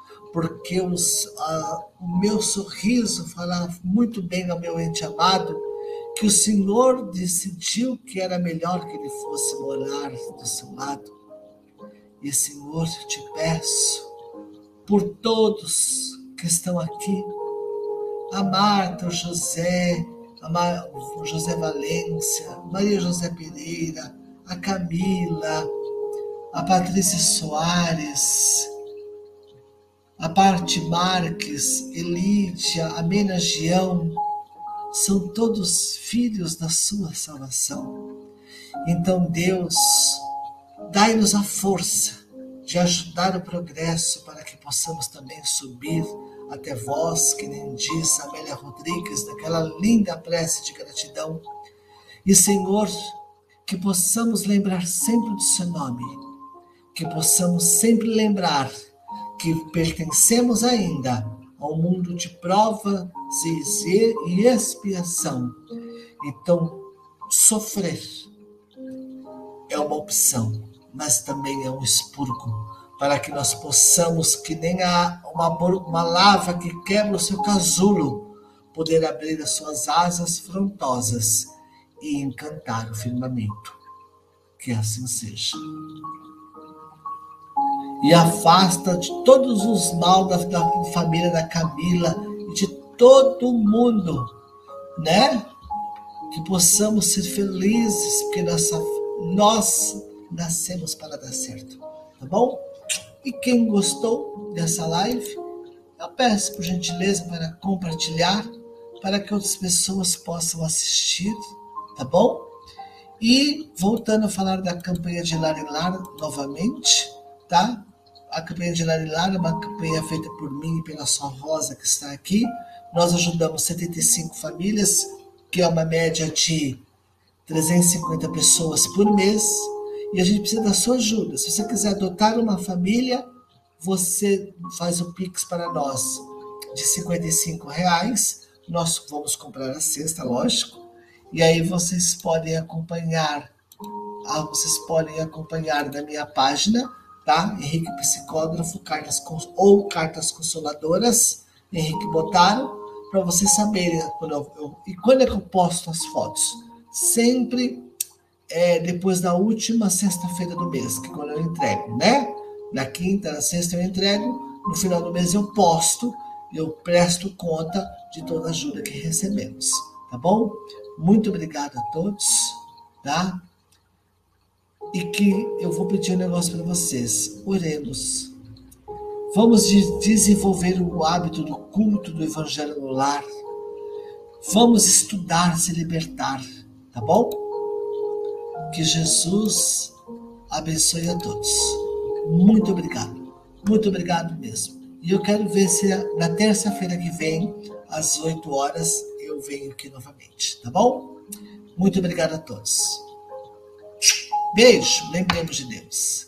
porque o meu sorriso fala muito bem ao meu ente amado, que o Senhor decidiu que era melhor que ele fosse morar do seu lado. E, Senhor, te peço por todos que estão aqui, a Marta, o José, o José Valência, Maria José Pereira, a Camila, a Patrícia Soares, a Parte Marques, Elídia, a Mena Gião, são todos filhos da sua salvação. Então, Deus, dai-nos a força de ajudar o progresso para que possamos também subir até vós, que nem diz Amélia Rodrigues, naquela linda prece de gratidão. E, Senhor, que possamos lembrar sempre do seu nome, que possamos sempre lembrar que pertencemos ainda ao mundo de provas e expiação. Então, sofrer é uma opção, mas também é um expurgo, para que nós possamos, que nem uma lava que quebra o seu casulo, poder abrir as suas asas frontosas e encantar o firmamento. Que assim seja. E afasta de todos os mal da família da Camila e de todo mundo, né? Que possamos ser felizes, porque nós nascemos para dar certo, tá bom? E quem gostou dessa live, eu peço por gentileza para compartilhar, para que outras pessoas possam assistir, tá bom? E voltando a falar da campanha de Lar em Lar novamente, tá? A campanha de Lar em Lar é uma campanha feita por mim e pela sua Rosa, que está aqui. Nós ajudamos 75 famílias, que é uma média de 350 pessoas por mês, e a gente precisa da sua ajuda. Se você quiser adotar uma família, você faz o Pix para nós de R$55. Nós vamos comprar a cesta, lógico, e aí vocês podem acompanhar da minha página, tá? Henrique Psicógrafo, Cartas Consoladoras, Henrique Botaro, para vocês saberem quando é que eu posto as fotos. Sempre depois da última sexta-feira do mês, que quando eu entrego, né? Na quinta, na sexta eu entrego, no final do mês eu posto, eu presto conta de toda a ajuda que recebemos, tá bom? Muito obrigado a todos, tá? E que eu vou pedir um negócio para vocês. Oremos. Vamos desenvolver o hábito do culto do Evangelho no lar. Vamos estudar, se libertar, tá bom? Que Jesus abençoe a todos. Muito obrigado mesmo. E eu quero ver se na terça-feira que vem, às 8 horas, eu venho aqui novamente, tá bom? Muito obrigado a todos. Beijo, lembremos de Deus.